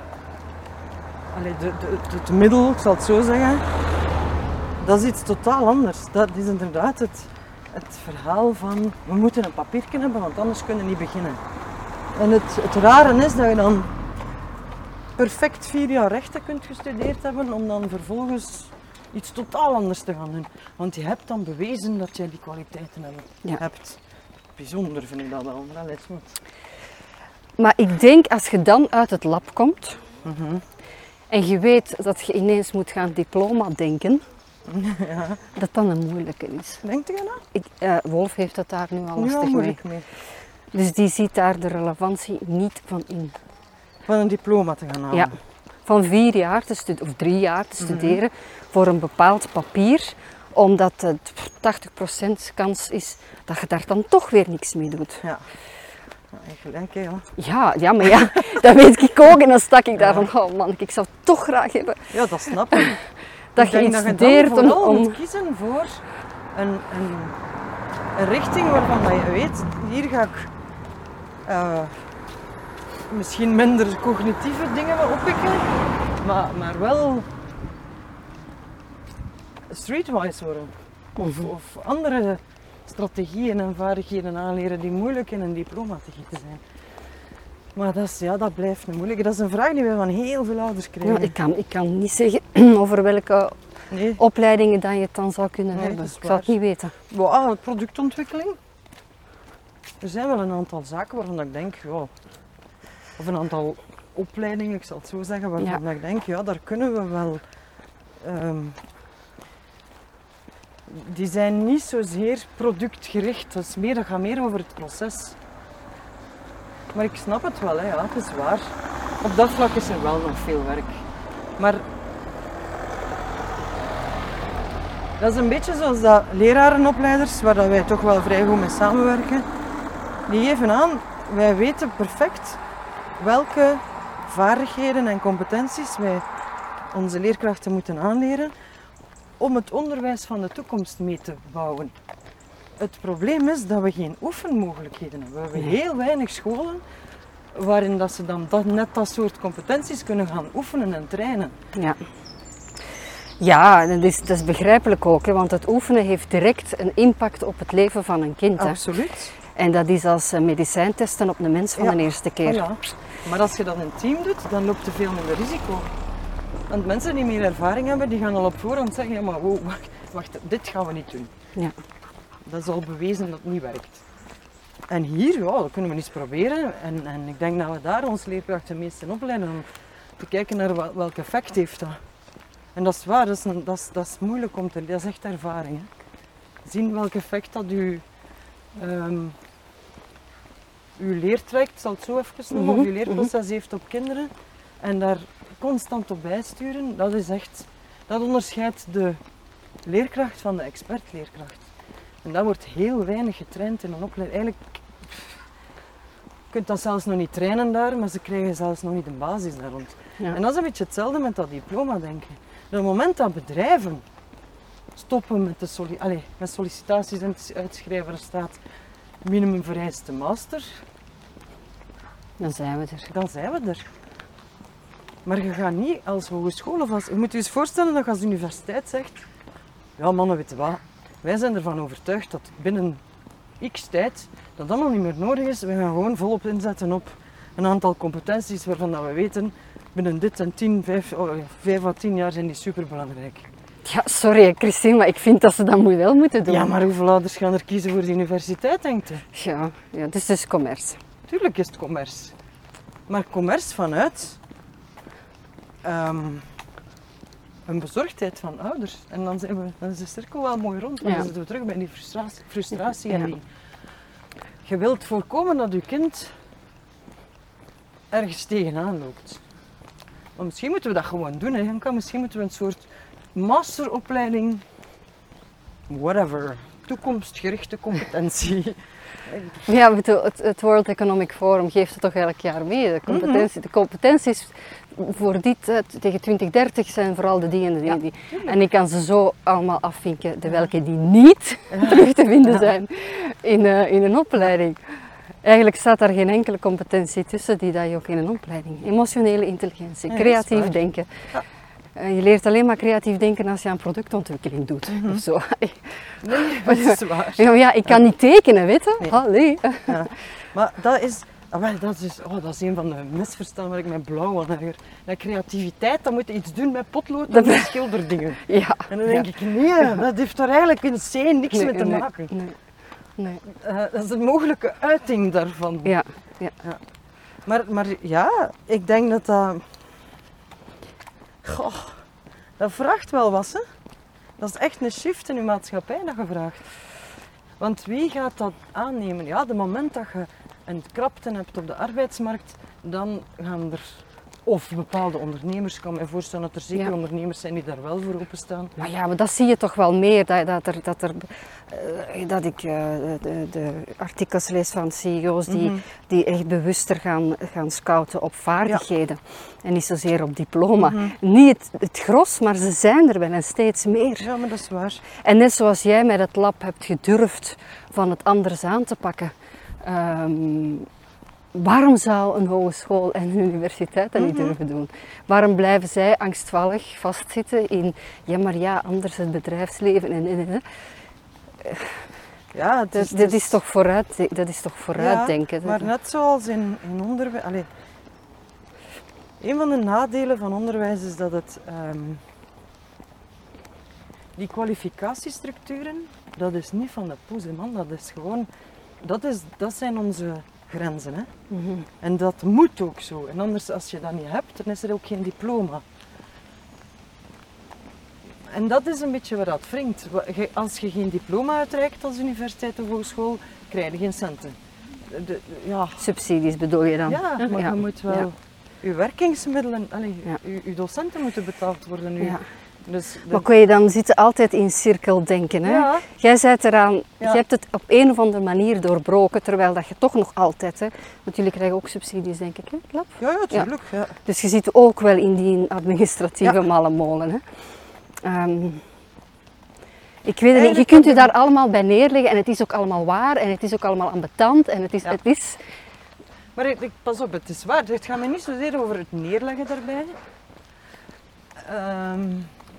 allee, de, de, de, het middel, ik zal het zo zeggen, dat is iets totaal anders. Dat is inderdaad het, het verhaal van we moeten een papiertje hebben, want anders kunnen we niet beginnen. En het, het rare is dat je dan perfect vier jaar rechten kunt gestudeerd hebben om dan vervolgens iets totaal anders te gaan doen. Want je hebt dan bewezen dat je die kwaliteiten hebt. Ja. hebt. Bijzonder vind ik dat wel. Dat is wat. Maar ik denk als je dan uit het lab komt Mhm. en je weet dat je ineens moet gaan diploma denken, Ja. dat dan een moeilijke is. Denkt u dat? Ik, eh, Wolf heeft het daar nu al Nu al lastig mee. moeilijk mee. Dus die ziet daar de relevantie niet van in. Van een diploma te gaan halen. Ja. Van vier jaar te stu- of drie jaar te studeren voor een bepaald papier, omdat het tachtig procent kans is dat je daar dan toch weer niks mee doet. Ja. Ja, gelijk, hè, ja. Ja, ja, maar ja, dat weet ik ook. En dan stak ik daar van, oh man, ik zou het toch graag hebben Ja, dat snap ik. dat Ik je denk iets dat je studeert dan om... vooral om moet kiezen voor een, een, een richting waarvan dat je weet, hier ga ik uh, misschien minder cognitieve dingen oppikken, maar, maar wel streetwise worden. Of, of andere strategieën en vaardigheden aanleren die moeilijk in een diploma te gieten zijn. Maar dat, is, ja, dat blijft een moeilijke. Dat is een vraag die we van heel veel ouders krijgen. Ja, ik, kan, ik kan niet zeggen over welke nee. opleidingen dat je het dan zou kunnen Nee, hebben. dat is Ik zou het waar. niet weten. Wow, productontwikkeling. Er zijn wel een aantal zaken waarvan ik denk, ja, of een aantal opleidingen, ik zal het zo zeggen, waarvan Ja. ik denk, ja, daar kunnen we wel. Um, die zijn niet zozeer productgericht, dat, is meer, dat gaat meer over het proces. Maar ik snap het wel, hè, ja, het is waar. Op dat vlak is er wel nog veel werk. Maar dat is een beetje zoals dat lerarenopleiders, waar dat wij toch wel vrij goed mee samenwerken, die geven aan, wij weten perfect welke vaardigheden en competenties wij onze leerkrachten moeten aanleren om het onderwijs van de toekomst mee te bouwen. Het probleem is dat we geen oefenmogelijkheden hebben. We hebben heel weinig scholen waarin dat ze dan dat, net dat soort competenties kunnen gaan oefenen en trainen. Ja, ja dat, is, dat is begrijpelijk ook, hè, want het oefenen heeft direct een impact op het leven van een kind. Hè. Absoluut. En dat is als medicijntesten op een mens van Ja, de eerste keer. Voilà. Maar als je dat in een team doet, dan loopt je veel minder risico. Want mensen die meer ervaring hebben, die gaan al op voorhand zeggen, ja maar wow, wacht, wacht, dit gaan we niet doen. Ja. Dat is al bewezen dat het niet werkt. En hier, ja, dat kunnen we eens proberen. En, en ik denk dat we daar ons leerkrachten meest in opleiden om te kijken naar wel, welk effect heeft dat. En dat is waar, dat is, een, dat is, dat is moeilijk om te dat is echt ervaring. Hè. Zien welk effect dat u, um, uw leertraject, zal het zo even noemen, Mm-hmm, of uw leerproces heeft op kinderen. En daar constant op bijsturen, dat is echt, dat onderscheidt de leerkracht van de expertleerkracht. En dat wordt heel weinig getraind in een opleiding. Eigenlijk, je kunt dat zelfs nog niet trainen daar, maar ze krijgen zelfs nog niet een basis daar rond. Ja. En dat is een beetje hetzelfde met dat diploma, denk ik. Op het moment dat bedrijven stoppen met, de soli Allee, met sollicitaties en uitschrijven, er staat minimum vereiste master, Dan zijn we er. dan zijn we er. Maar je gaat niet als hogeschool of als... Je moet je eens voorstellen dat je als universiteit zegt, ja mannen, weet je wat, wij zijn ervan overtuigd dat binnen x tijd dat allemaal niet meer nodig is. We gaan gewoon volop inzetten op een aantal competenties waarvan dat we weten, binnen dit en tien, vijf, oh, vijf à tien jaar zijn die superbelangrijk. Ja, sorry Christine, maar ik vind dat ze dat moet wel moeten doen. Ja, maar hoeveel ouders gaan er kiezen voor de universiteit, denkt u? Ja, ja, het is dus commerce. Tuurlijk is het commerce. Maar commerce vanuit um, een bezorgdheid van ouders. En dan, zijn we, dan is de cirkel wel mooi rond. Dan Ja. zitten we terug bij die frustratie, frustratie Ja. en die... Je wilt voorkomen dat je kind ergens tegenaan loopt. Maar misschien moeten we dat gewoon doen. Hè. Janka. Misschien moeten we een soort masteropleiding, whatever, toekomstgerichte competentie. Ja, bedoel, het, het World Economic Forum geeft het toch elk jaar mee. De, competentie, de competenties voor dit, eh, tegen twintig dertig zijn vooral de die en de die. Ja, die. En ik kan ze zo allemaal afvinken, de welke die niet Ja. terug te vinden zijn in, uh, in een opleiding. Eigenlijk staat daar geen enkele competentie tussen die dat je ook in een opleiding... Emotionele intelligentie, Ja, dat is creatief waar. denken. Ja. Uh, je leert alleen maar creatief denken als je aan productontwikkeling doet. Mhm. Of zo. Nee, dat is waar. Ja, ja, ik kan niet tekenen, weet je? Nee. Allee. Ja. Maar dat is, ah, wel, dat, is, oh, dat is een van de misverstanden waar ik met blauw aan erger. Dat creativiteit, dat moet je iets doen met potlood en met schilderdingen. Ja. En dan denk ik, nee, dat heeft daar eigenlijk in C niks Nee, mee te nee, maken. Nee. nee. Uh, dat is een mogelijke uiting daarvan. Ja, ja. Maar, maar ja, ik denk dat dat... Goh, dat vraagt wel wat, hè. Dat is echt een shift in je maatschappij dat je vraagt. Want wie gaat dat aannemen? Ja, het moment dat je een krapte hebt op de arbeidsmarkt, dan gaan er Of bepaalde ondernemers. Ik kan me voorstellen dat er zeker Ja. ondernemers zijn die daar wel voor openstaan. Maar ja, maar dat zie je toch wel meer. Dat, dat, er, dat, er, eh, dat ik eh, de, de artikels lees van C E O's die, Mhm. die echt bewuster gaan, gaan scouten op vaardigheden. En niet zozeer op diploma. Mhm. Niet het, het gros, maar ze zijn er wel en steeds meer. Ja, maar dat is waar. En net zoals jij met het lab hebt gedurfd van het anders aan te pakken. ehm, waarom zou een hogeschool en een universiteit dat niet Mhm. durven doen? Waarom blijven zij angstvallig vastzitten in, ja maar ja, anders het bedrijfsleven en en en. Ja, het Dat, is, dat het is toch vooruit, dat is toch vooruitdenken. Maar net zoals in, in onderwijs. Allee, een van de nadelen van onderwijs is dat het. ehm, die kwalificatiestructuren, dat is niet van de poes, hè, man. Dat is gewoon. Dat, is, dat zijn onze grenzen. Hè? Mhm. En dat moet ook zo. En anders, als je dat niet hebt, dan is er ook geen diploma. En dat is een beetje waar dat wringt. Wa- je- Als je geen diploma uitreikt als universiteit of hogeschool, krijg je geen centen. De- de- ja, Subsidies bedoel je dan? ja, maar ja. je moet wel... Ja. Je werkingsmiddelen, allee, Ja. je, je docenten moeten betaald worden nu. Ja. Dus de- Maar kun je dan zitten altijd in cirkeldenken. Hè? ja, Jij bent eraan, Ja. je hebt het op een of andere manier doorbroken, terwijl dat je toch nog altijd, hè, want jullie krijgen ook subsidies denk ik, hè, Lab? ja, ja, tuurlijk. Ja. Dus je zit ook wel in die administratieve Ja. malle molen. Hè? Ehm, ik weet het niet, je Eigenlijk kunt je heb ik- daar allemaal bij neerleggen en het is ook allemaal waar en het is ook allemaal ambetant en het is, Ja. het is Maar ik, ik- pas op, het is waar. Het gaat mij niet zozeer over het neerleggen daarbij. Ehm,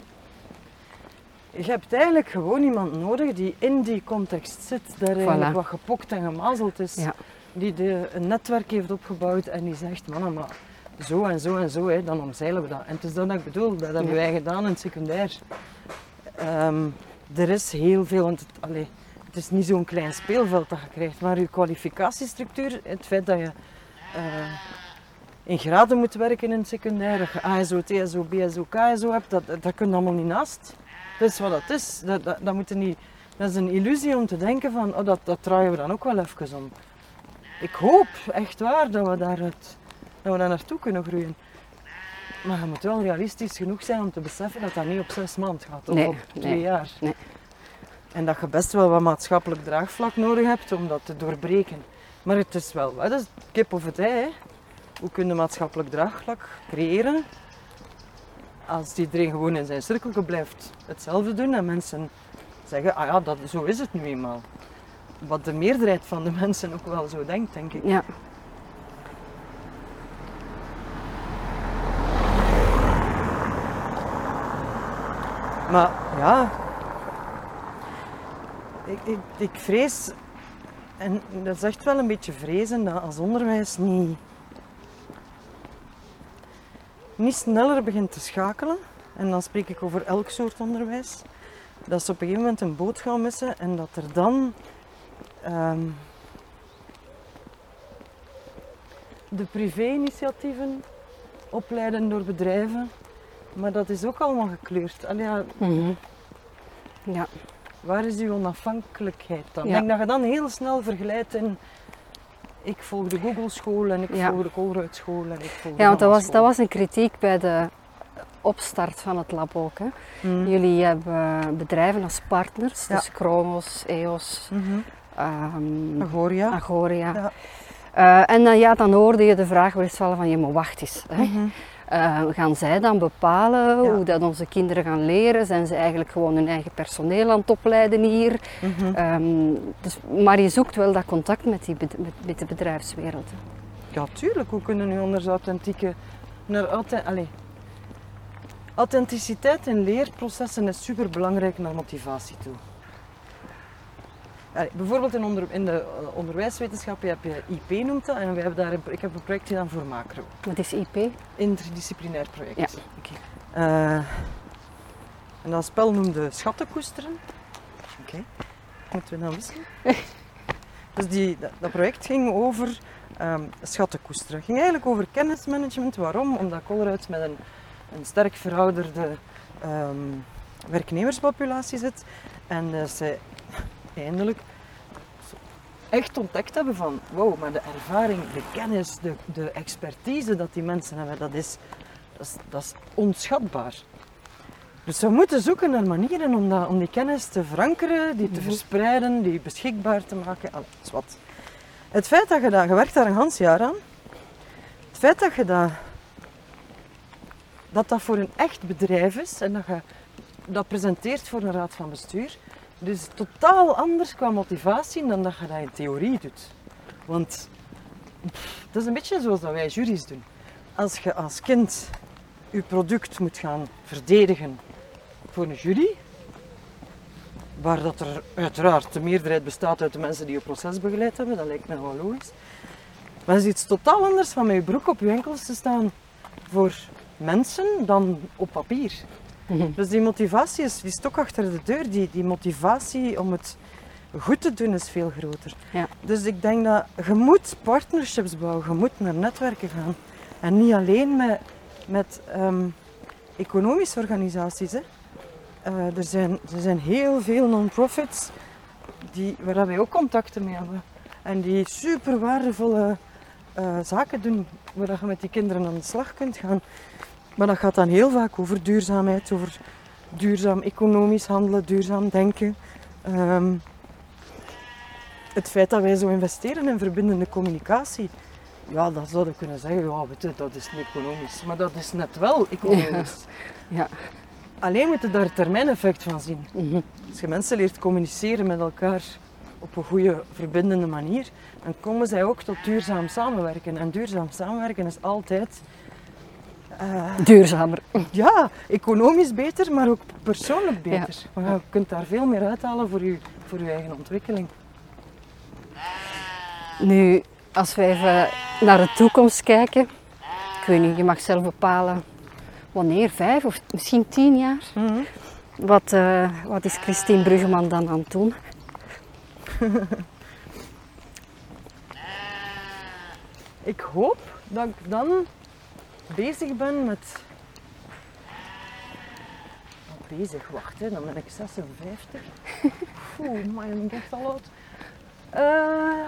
je hebt eigenlijk gewoon iemand nodig die in die context zit, daar eigenlijk Voilà. wat gepokt en gemazeld is. Ja. Die de, een netwerk heeft opgebouwd en die zegt, mannen, maar zo en zo en zo, hè, dan omzeilen we dat. En het is dat dat ik bedoel, dat hebben Ja. wij gedaan in het secundair. Ehm, er is heel veel, want het, allee, het is niet zo'n klein speelveld dat je krijgt, maar je kwalificatiestructuur, het feit dat je eh, in graden moet werken in het secundair, dat je A S O, T S O, B S O, K S O hebt, dat, dat kun je allemaal niet naast. Dat is wat dat is. Dat, dat, dat, moet je niet, dat is een illusie om te denken van, oh, dat, dat draaien we dan ook wel even om. Ik hoop echt waar dat we, daaruit, dat we daar naartoe kunnen groeien. Maar je moet wel realistisch genoeg zijn om te beseffen dat dat niet op zes maanden gaat of Nee, op twee nee, jaar. nee. En dat je best wel wat maatschappelijk draagvlak nodig hebt om dat te doorbreken. Maar het is wel, het is kip of het ei. Hè. Hoe kun je maatschappelijk draagvlak creëren als iedereen gewoon in zijn cirkeltje blijft hetzelfde doen en mensen zeggen, ah ja, dat, zo is het nu eenmaal. Wat de meerderheid van de mensen ook wel zo denkt, denk ik. ja. Maar ja, ik, ik, ik vrees, en dat is echt wel een beetje vrezen, dat als onderwijs niet, niet sneller begint te schakelen, en dan spreek ik over elk soort onderwijs, dat ze op een gegeven moment een boot gaan missen en dat er dan ehm, de privé-initiatieven opleiden door bedrijven, maar dat is ook allemaal gekleurd. Allee, ja, Mhm. Ja. waar is uw onafhankelijkheid dan? Ja. Ik denk dat je dan heel snel vergelijkt in ik volg de Google school en ik Ja. volg de Colruyt school en ik volg de Ja, want dat Gamma was, dat school. was een kritiek bij de opstart van het lab ook. Hè. Mm. Jullie hebben bedrijven als partners, Ja. dus Kronos, E O S, Mhm. ehm, Agoria. Agoria. Ja. Eh, en dan, ja, dan hoorde je de vraag wel eens vallen van, ja, maar wacht eens. Hè. Mhm. Eh, gaan zij dan bepalen Ja. hoe dat onze kinderen gaan leren? Zijn ze eigenlijk gewoon hun eigen personeel aan het opleiden hier? Mhm. Ehm, dus, maar je zoekt wel dat contact met, die, bed- met, met de bedrijfswereld. Ja, tuurlijk. Hoe kunnen nu anders authentieke... Naar authent... Allee. Authenticiteit in leerprocessen is super belangrijk naar motivatie toe. Allee, bijvoorbeeld in, onder, in de eh, onderwijswetenschap heb je I P noemt dat en wij hebben daar een, ik heb een project gedaan voor macro. Wat is I P? Interdisciplinair project. Ja. Oké. Eh, en dat spel noemde Schatten koesteren. Oké, moeten we nou wisselen? Dus die, dat, dat project ging over ehm schatten koesteren. Het ging eigenlijk over kennismanagement. Waarom? Omdat Colruyt met een, een sterk verouderde ehm, werknemerspopulatie zit. En uh, zij eindelijk, echt ontdekt hebben van, wow, maar de ervaring, de kennis, de, de expertise dat die mensen hebben, dat is, dat is, dat is onschatbaar. Dus we moeten zoeken naar manieren om, dat, om die kennis te verankeren, die te verspreiden, die beschikbaar te maken. Alles wat. Het feit dat je dat, je werkt daar een heel jaar aan, het feit dat je dat, dat dat voor een echt bedrijf is en dat je dat presenteert voor een raad van bestuur, dus totaal anders qua motivatie dan dat je dat in theorie doet. Want pff, dat is een beetje zoals dat wij juries doen. Als je als kind je product moet gaan verdedigen voor een jury, waar dat er uiteraard de meerderheid bestaat uit de mensen die je proces begeleid hebben, dat lijkt me wel logisch. Maar het is iets totaal anders van met je broek op je enkels te staan voor mensen dan op papier. Mm-hmm. Dus die motivatie is die stok achter de deur, die, die motivatie om het goed te doen is veel groter. Ja. Dus ik denk dat je moet partnerships bouwen, je moet naar netwerken gaan. En niet alleen met, met um, economische organisaties. Hè. Uh, er, zijn, er zijn heel veel non-profits die, waar wij ook contacten mee hebben. En die super waardevolle uh, zaken doen, waar je met die kinderen aan de slag kunt gaan. Maar dat gaat dan heel vaak over duurzaamheid, over duurzaam economisch handelen, duurzaam denken. Um, het feit dat wij zo investeren in verbindende communicatie, ja, dat zou je kunnen zeggen, ja, weet je, dat is niet economisch. Maar dat is net wel economisch. Ja. Ja. Alleen moet je daar het termijneffect van zien. Mm-hmm. Als je mensen leert communiceren met elkaar op een goede, verbindende manier, dan komen zij ook tot duurzaam samenwerken. En duurzaam samenwerken is altijd... Uh, duurzamer. Ja, economisch beter, maar ook persoonlijk beter. Ja. Want je kunt daar veel meer uithalen voor je, voor je eigen ontwikkeling. Nu, als we even naar de toekomst kijken, ik weet niet, je mag zelf bepalen wanneer, vijf of misschien tien jaar. Mm-hmm. Wat, uh, wat is Christine Bruggeman dan aan het doen? Ik hoop dat ik dan bezig ben met... Oh, bezig, wacht, hè. Dan ben ik zesenvijftig. Oeh, maar ik ben echt al oud. Uh...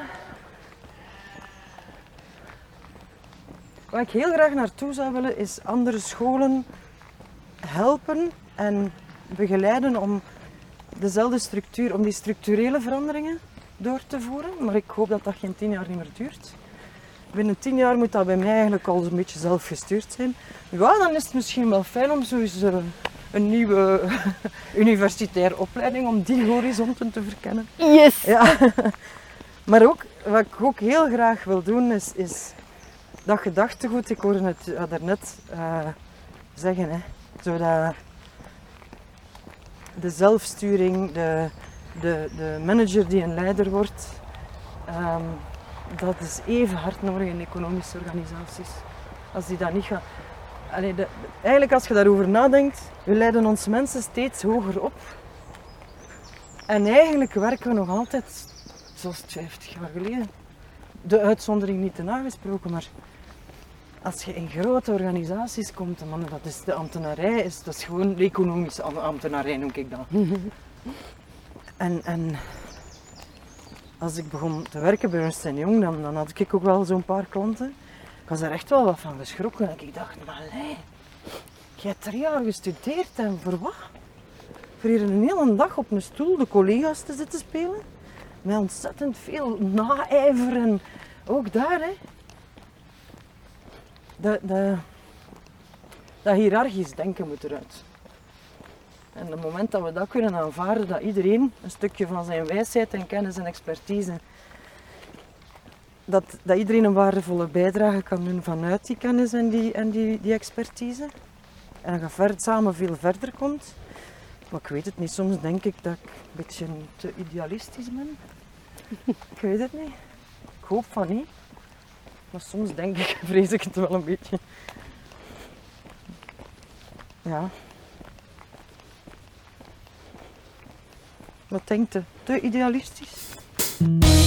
Wat ik heel graag naartoe zou willen, is andere scholen helpen en begeleiden om dezelfde structuur, om die structurele veranderingen door te voeren. Maar ik hoop dat dat geen tien jaar niet meer duurt. Binnen tien jaar moet dat bij mij eigenlijk al een beetje zelfgestuurd zijn. Ja, dan is het misschien wel fijn om zo eens uh, een nieuwe universitaire opleiding, om die horizonten te verkennen. Yes! Ja. Maar ook, wat ik ook heel graag wil doen, is, is dat gedachtegoed, ik hoorde het uh, daarnet uh, zeggen, hè, zo dat de zelfsturing, de, de, de manager die een leider wordt, um, dat is even hard nodig in economische organisaties. Als die dat niet gaan... Allee, de, eigenlijk als je daarover nadenkt, we leiden onze mensen steeds hoger op. En eigenlijk werken we nog altijd zoals het vijftig jaar geleden. De uitzondering niet te nagesproken, maar als je in grote organisaties komt, man, dat is de ambtenarij, is, dat is gewoon de economische ambtenarij, noem ik dat. en, en als ik begon te werken bij Ernst en Young, dan, dan had ik ook wel zo'n paar klanten. Ik was er echt wel wat van geschrokken. En ik dacht, maar nee, je hebt drie jaar gestudeerd en voor wat? Voor hier een hele dag op een stoel de collega's te zitten spelen. Met ontzettend veel naijver en ook daar, hè. De, de, dat hiërarchisch denken moet eruit. En op het moment dat we dat kunnen aanvaarden, dat iedereen een stukje van zijn wijsheid en kennis en expertise, dat, dat iedereen een waardevolle bijdrage kan doen vanuit die kennis en die, en die, die expertise. En dat je ver, samen veel verder komt. Maar ik weet het niet, soms denk ik dat ik een beetje te idealistisch ben. Ik weet het niet. Ik hoop van niet. Maar soms denk ik, vrees ik het wel een beetje. Ja. Wat denkt u? Te idealistisch?